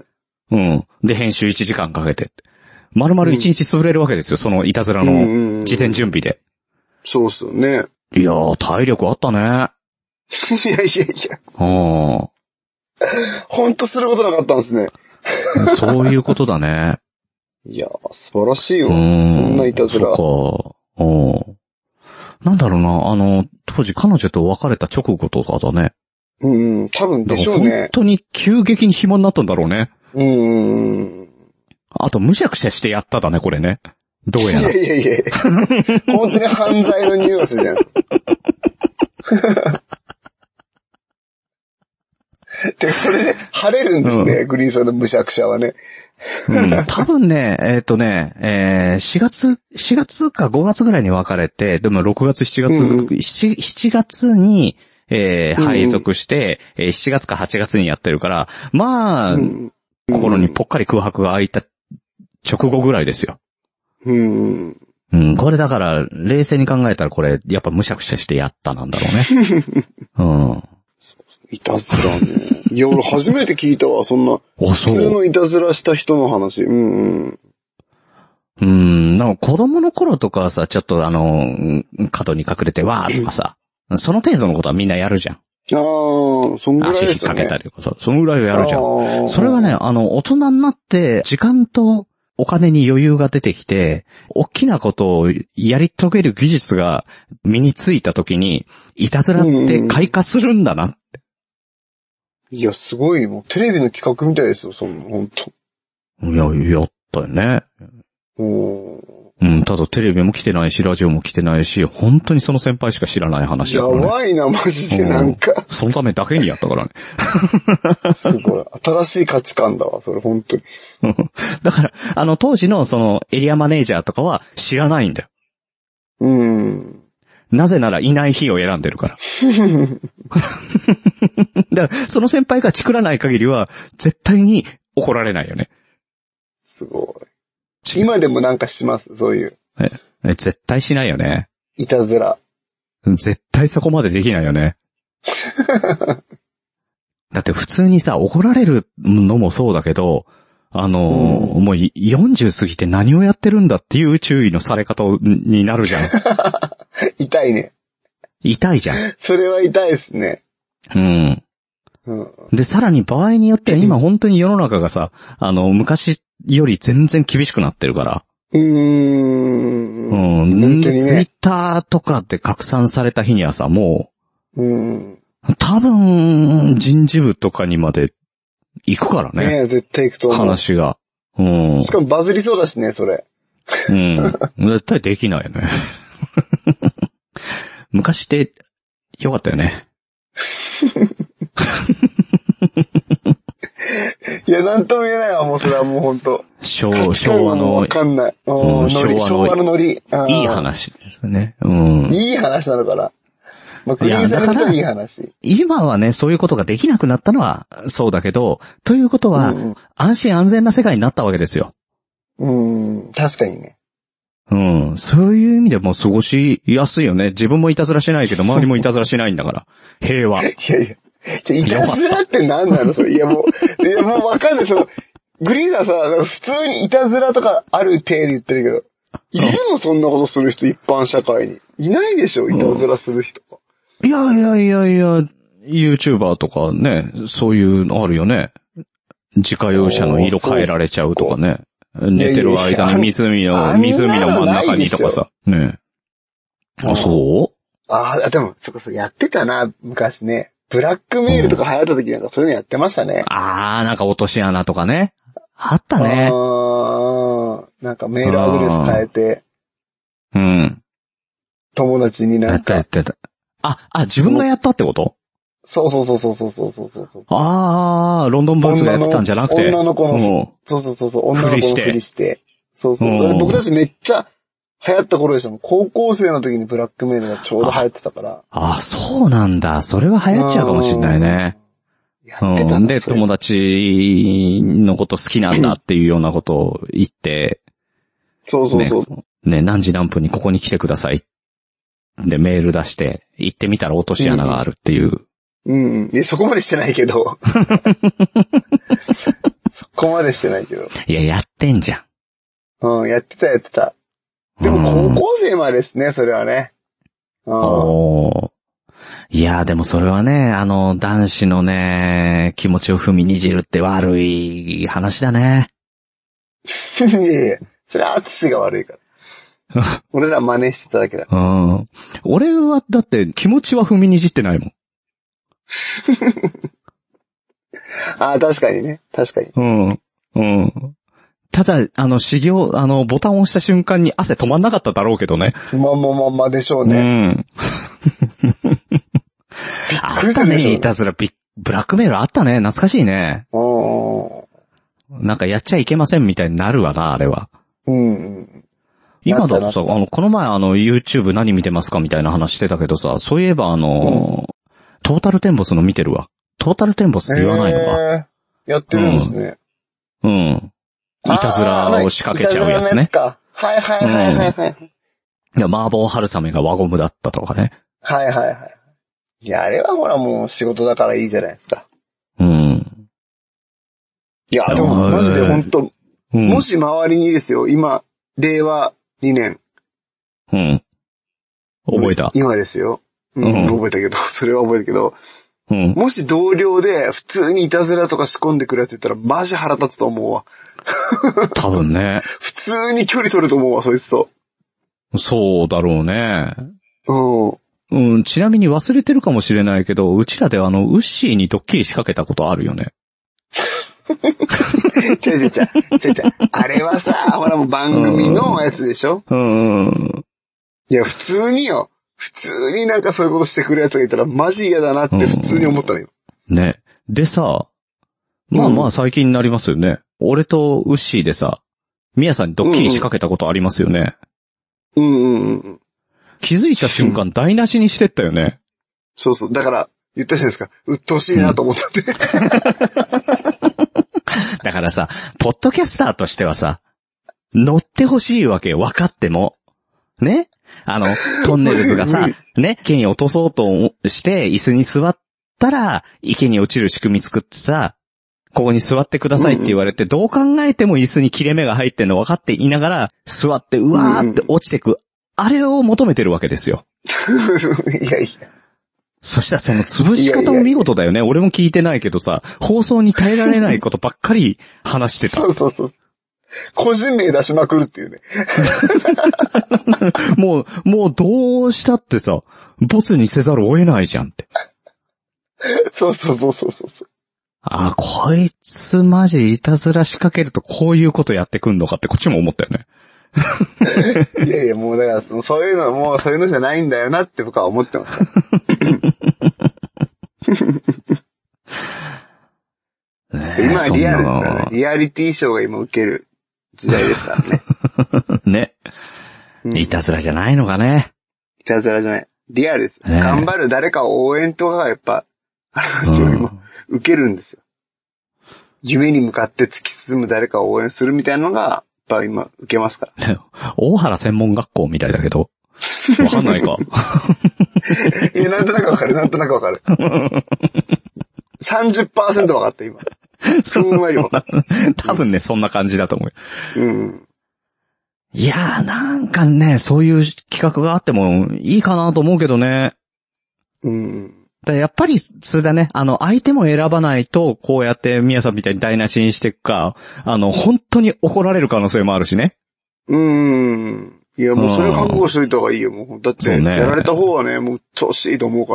で、編集1時間かけて。丸々1日潰れるわけですよ、そのいたずらの事前準備で。 そうっすよね。 いやー、体力あったね。 いや。ほんとすることなかったんですね。 そういうことだね。 いや、素晴らしいよ。そんないたずら。 そうか。なんだろうな、当時彼女と別れた直後とかだね。 多分でしょうね。 本当に急激に暇になったんだろうね。あと、むしゃくしゃしてやっただね、これね。どうやら。 いや。本当に犯罪のニュースじゃん。で、それで晴れるんですね、グリーンさんのむしゃくしゃはね。 多分ね、4月か5月ぐらいに別れて、でも6月、7月に、配属して、7月か8月にやってるから、まあ、心にぽっかり空白が空いた直後ぐらいですよ。これだから、冷静に考えたらこれ、やっぱむしゃくしゃしてやったなんだろうね。 いたずらね。いや、俺初めて聞いたわ、そんな。普通のいたずらした人の話。 なんか子供の頃とかはさ、ちょっと角に隠れてわーとかさ、その程度のことはみんなやるじゃん。 そんぐらいですね。 足引っ掛けたりとかさ、そのぐらいはやるじゃん。それがね、大人になって、時間とお金に余裕が出てきて、大きなことをやり遂げる技術が身についたときに、いたずらって開花するんだなって。 いや、すごい、もうテレビの企画みたいですよ、ほんと。 いや、やったよね。ただテレビも来てないし、ラジオも来てないし、本当にその先輩しか知らない話だからね。 やばいな、マジでなんか。 そのためだけにやったからね。 すごい。新しい価値観だわ、それ本当に。 だから、当時のそのエリアマネージャーとかは知らないんだよ。なぜならいない日を選んでるから。だからその先輩がチクらない限りは絶対に怒られないよね。 すごい。今でもなんかします、そういう。 絶対しないよね。 いたずら。 絶対そこまでできないよね。 だって普通にさ、怒られるのもそうだけど、もう40過ぎて何をやってるんだっていう注意のされ方になるじゃん。 痛いね。 痛いじゃん。 それは痛いですね。 うん。で、さらに場合によっては今本当に世の中がさ、昔より全然厳しくなってるから。 本当にね。 ツイッターとかで拡散された日にはさ、もう、多分、人事部とかにまで行くからね。 ねえ、絶対行くと思う。 話が。 しかもバズりそうだしね、それ。 絶対できないよね。昔ってよかったよね。 いや、なんとも言えないわ、もうそれはもうほんと。 昭和の。 わかんない。昭和のノリ。 いい話ですね。 いい話なのかな。まあ、クリーンされるといい話。 今はね、そういうことができなくなったのはそうだけど、ということは、安心安全な世界になったわけですよ。 確かにね。 そういう意味でも過ごしやすいよね。自分もいたずらしないけど、周りもいたずらしないんだから。平和。 いやいや。いたずらって何なのそれ。いやもうわかんない。グリーンさんさ、普通にいたずらとかある程度言ってるけど、いるのそんなことする人、一般社会に。いないでしょいたずらする人。 いや、YouTuber とかね、そういうのあるよね。自家用車の色変えられちゃうとかね。寝てる間に湖の真ん中にとかさ。ね。あ、そうでも、そやってたな、昔ね。ブラックメールとか流行った時なんかそういうのやってましたね。 なんか落とし穴とかね。あったね。 なんかメールアドレス変えて。友達になんか。 やってた。自分がやったってこと？ そう。 ロンドンブーツがやってたんじゃなくて。 女の子の、そう、女の子のふりして。そう。僕たちめっちゃ流行った頃でしたもん。高校生の時にブラックメールがちょうど流行ってたから。 そうなんだ。それは流行っちゃうかもしれないね。で、友達のこと好きなんだっていうようなことを言って。 そう。 ね、何時何分にここに来てください。で、メール出して、行ってみたら落とし穴があるっていう。 そこまでしてないけど。そこまでしてないけど。 いや、やってんじゃん。やってた。でも高校生までですね、それはね。 いや、でもそれはね、男子のね、気持ちを踏みにじるって悪い話だね。 いや、それは淳が悪いから。俺ら真似してただけだ。 俺はだって気持ちは踏みにじってないもん。 確かにね。確かに。 ただ、ボタンを押した瞬間に汗止まんなかっただろうけどね。 まあでしょうね。 あったね、いたずら、ブラックメールあったね。懐かしいね。なんかやっちゃいけませんみたいになるわな、あれは。今だとさ、この前YouTube 何見てますかみたいな話してたけどさ、そういえばトータルテンボスの見てるわ。トータルテンボスって言わないのか。 やってるんですね。 いたずらを仕掛けちゃうやつね。 はい。 いや、麻婆春雨が輪ゴムだったとかね。 はい。いや、あれはほらもう仕事だからいいじゃないですか。いや、でもマジで本当もし周りにですよ、今、令和2年。 覚えた。 今ですよ。覚えたけど、それは覚えたけど、もし同僚で普通にいたずらとか仕込んでくるやつ言ったらマジ腹立つと思うわ。 多分ね。 普通に距離取ると思うわ、そいつと。 そうだろうね。ちなみに忘れてるかもしれないけど、うちらでウッシーにドッキリ仕掛けたことあるよね。 違う。あれはさ、ほらもう番組のやつでしょ？いや、普通によ。普通になんかそういうことしてくるやつがいたらマジ嫌だなって普通に思ったのよ。 ね。でさ、まあ最近になりますよね。俺とウッシーでさ、ミヤさんにドッキリ仕掛けたことありますよね。気づいた瞬間台無しにしてったよね。 そう。だから言ったじゃないですか。鬱陶しいなと思ったんで。 だからさ、ポッドキャスターとしてはさ、乗ってほしいわけよ、分かっても。ね？ トンネルズがさ、ね、池に落とそうとして椅子に座ったら、池に落ちる仕組み作ってさ、ここに座ってくださいって言われて、どう考えても椅子に切れ目が入ってんの分かっていながら、座って、うわーって落ちてく。あれを求めてるわけですよ。 いやいや。 そしたらその潰し方も見事だよね。俺も聞いてないけどさ、放送に耐えられないことばっかり話してた。 そう。個人名出しまくるっていうね。 もうどうしたってさ、ボツにせざるを得ないじゃんって。 そう。 あ、こいつマジいたずら仕掛けるとこういうことやってくんのかってこっちも思ったよね。 いやもうだからそういうのじゃないんだよなって僕は思ってます。今リアルだね。リアリティショーが今受ける時代ですからね。 ね。いたずらじゃないのかね。 いたずらじゃない。リアルです。ね、頑張る誰かを応援とかがやっぱ、受けるんですよ。夢に向かって突き進む誰かを応援するみたいなのが、やっぱ今受けますから。 大原専門学校みたいだけど。わかんないか。 いや、なんとなくわかる。30% わかった、今。ふんわりわかった。 多分ね、そんな感じだと思う。 うん。 いやー、なんかね、そういう企画があってもいいかなと思うけどね。 うん。 やっぱり、それだね、相手も選ばないと、こうやって宮さんみたいに台無しにしていくか、本当に怒られる可能性もあるしね。 いや、もうそれ覚悟しといた方がいいよ、もう。だって、やられた方はね、もう調子いいと思うから。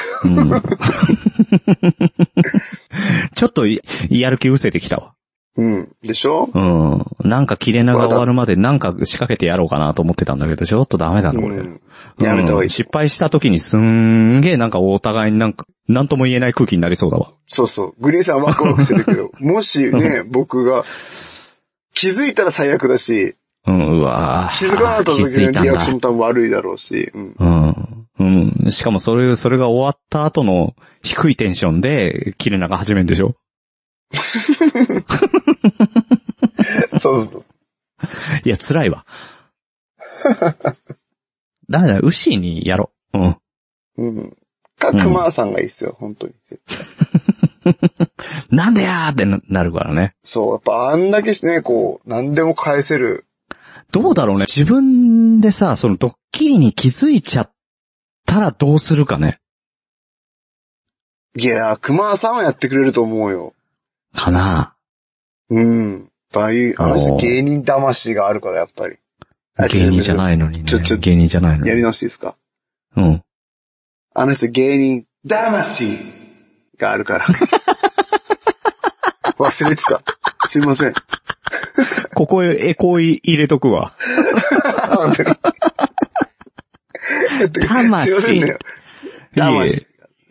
ちょっと、やる気失せてきたわ。 でしょ？ なんか切れ長終わるまでなんか仕掛けてやろうかなと思ってたんだけど、ちょっとダメだな、これ。 やめた方がいい。 失敗した時にすんげえなんかお互いになんとも言えない空気になりそうだわ。 そう。グリーンさんワクワクしてるけど、もしね、僕が気づいたら最悪だし、 うわ気づかなかった時のリアクション多分悪いだろうし、 しかもそれが終わった後の低いテンションで切れ長始めるんでしょ？ そう。 いや、辛いわ。ダメだ、ウッシーにやろう。 か、熊さんがいいっすよ、本当に。 なんでやーってなるからね。 そう、やっぱあんだけしてね、こう、何でも返せる。 どうだろうね。自分でさ、そのドッキリに気づいちゃったらどうするかね。 いや、熊さんはやってくれると思うよ。 かな。 あの人芸人魂があるから、やっぱり。 芸人じゃないのにね。芸人じゃないのに。 やり直していいですか？あの人芸人魂があるから。忘れてた。すいません。 ここへエコー入れとくわ。魂。 すいませんね。魂。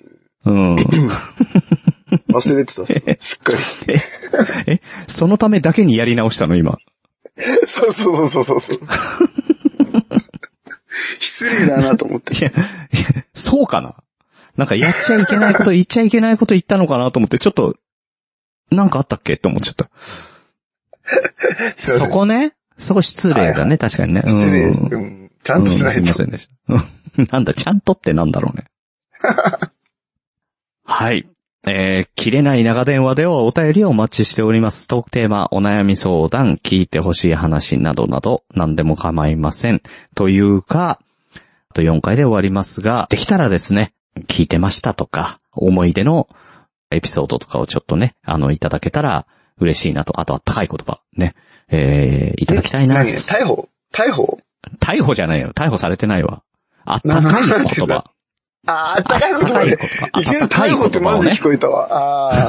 忘れてた、すっかり。そのためだけにやり直したの、今。 そう。失礼だなと思って。 いや、そうかな。なんかやっちゃいけないこと、言っちゃいけないこと言ったのかなと思って、ちょっと、なんかあったっけって思っちゃった。そこね、そこ失礼だね、確かにね。 失礼。ちゃんとしないと。 すいませんでした。なんだ、ちゃんとってなんだろうね。はい。切れない長電話ではお便りをお待ちしております。トークテーマ、お悩み相談、聞いてほしい話などなど、何でも構いません。というか、あと4回で終わりますが、できたらですね、聞いてましたとか、思い出のエピソードとかをちょっとね、いただけたら嬉しいなと、あとあったかい言葉、ね、いただきたいな。 逮捕じゃないよ。逮捕されてないわ。あったかい言葉。 あったかい言葉ね。いきなり逮捕ってマジで聞こえたわ。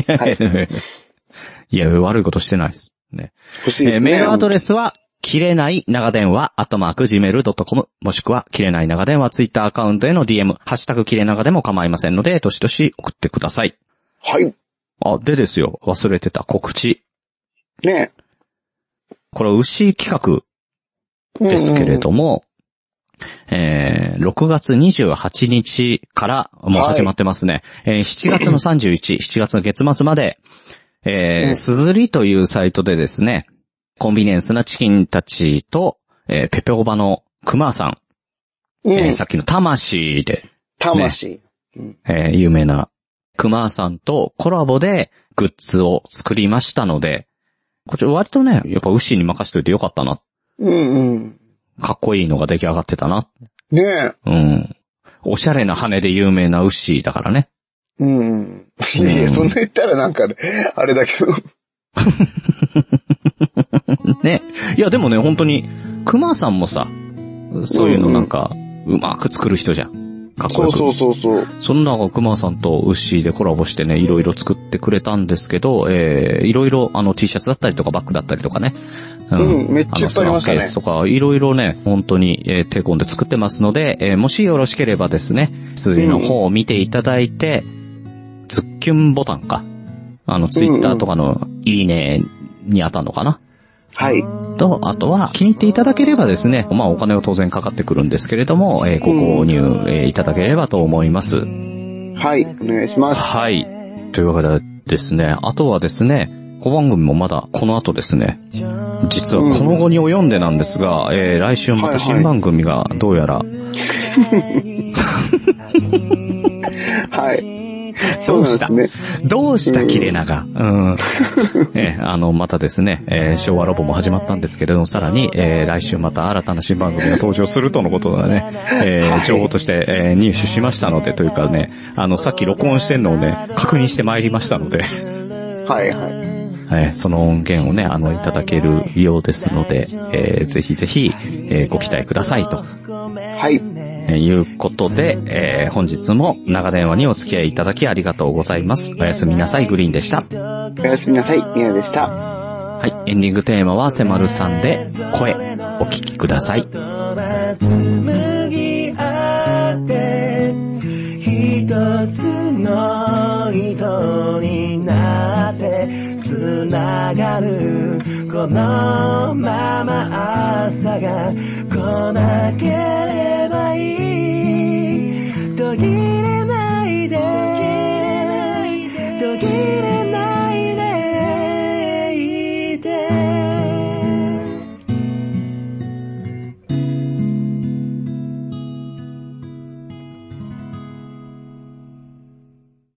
いや、悪いことしてないです。ね。 欲しいですね。 メールアドレスは、切れない長電話、@gmail.com、もしくは、切れない長電話、ツイッターアカウントへの DM、ハッシュタグ切れ長でも構いませんので、どしどし送ってください。 はい。 でですよ、忘れてた告知。 ねえ。これ、牛企画ですけれども、6月28日からもう始まってますね。7月の31、7月の月末まで、すずりというサイトでですね、コンビニエンスなチキンたちと、ペペオバのクマさんさっきの魂で、 魂、 有名な熊さんとコラボでグッズを作りましたので、こちら割とね、やっぱウッシーに任しといてよかったな。かっこいいのが出来上がってたな。 ねえ。 おしゃれな羽で有名なウッシーだからね。 いや、そんな言ったらなんか、あれだけど。 ね。いや、でもね、本当に、熊さんもさ、そういうのなんか、うまく作る人じゃん。かっこよく。 そう。 そんな熊さんとウッシーでコラボしてね、いろいろ作ってくれたんですけど、いろいろT シャツだったりとかバッグだったりとかね。 めっちゃいっぱいありましたね。 ケースとか、いろいろね、本当に手込んで作ってますので、もしよろしければですね、数字の方を見ていただいて、ズッキュンボタンか。ツイッターとかのいいねに当たるのかな。 はい。 と、あとは気に入っていただければですね、お金は当然かかってくるんですけれども、ご購入、いただければと思います。 はい、お願いします。 はい。というわけでですね、あとはですね、小番組もまだこの後ですね、実はこの後に及んでなんですが、来週また新番組がどうやら、 はい。 どうしたどうした切れ長。またですね、昭和ロボも始まったんですけれども、さらに、来週また新たな新番組が登場するとのことがね、情報として、入手しましたので、というかね、さっき録音してんのをね、確認してまいりましたので。その音源をね、いただけるようですので、ぜひぜひ、ご期待くださいと。 はい。 いうことで、本日も長電話にお付き合いいただきありがとうございます。おやすみなさい、グリーンでした。 おやすみなさい、ミヤでした。 はい、エンディングテーマはセマルさんで声、お聞きください。一つの糸になってつながるこのまま朝が来なければ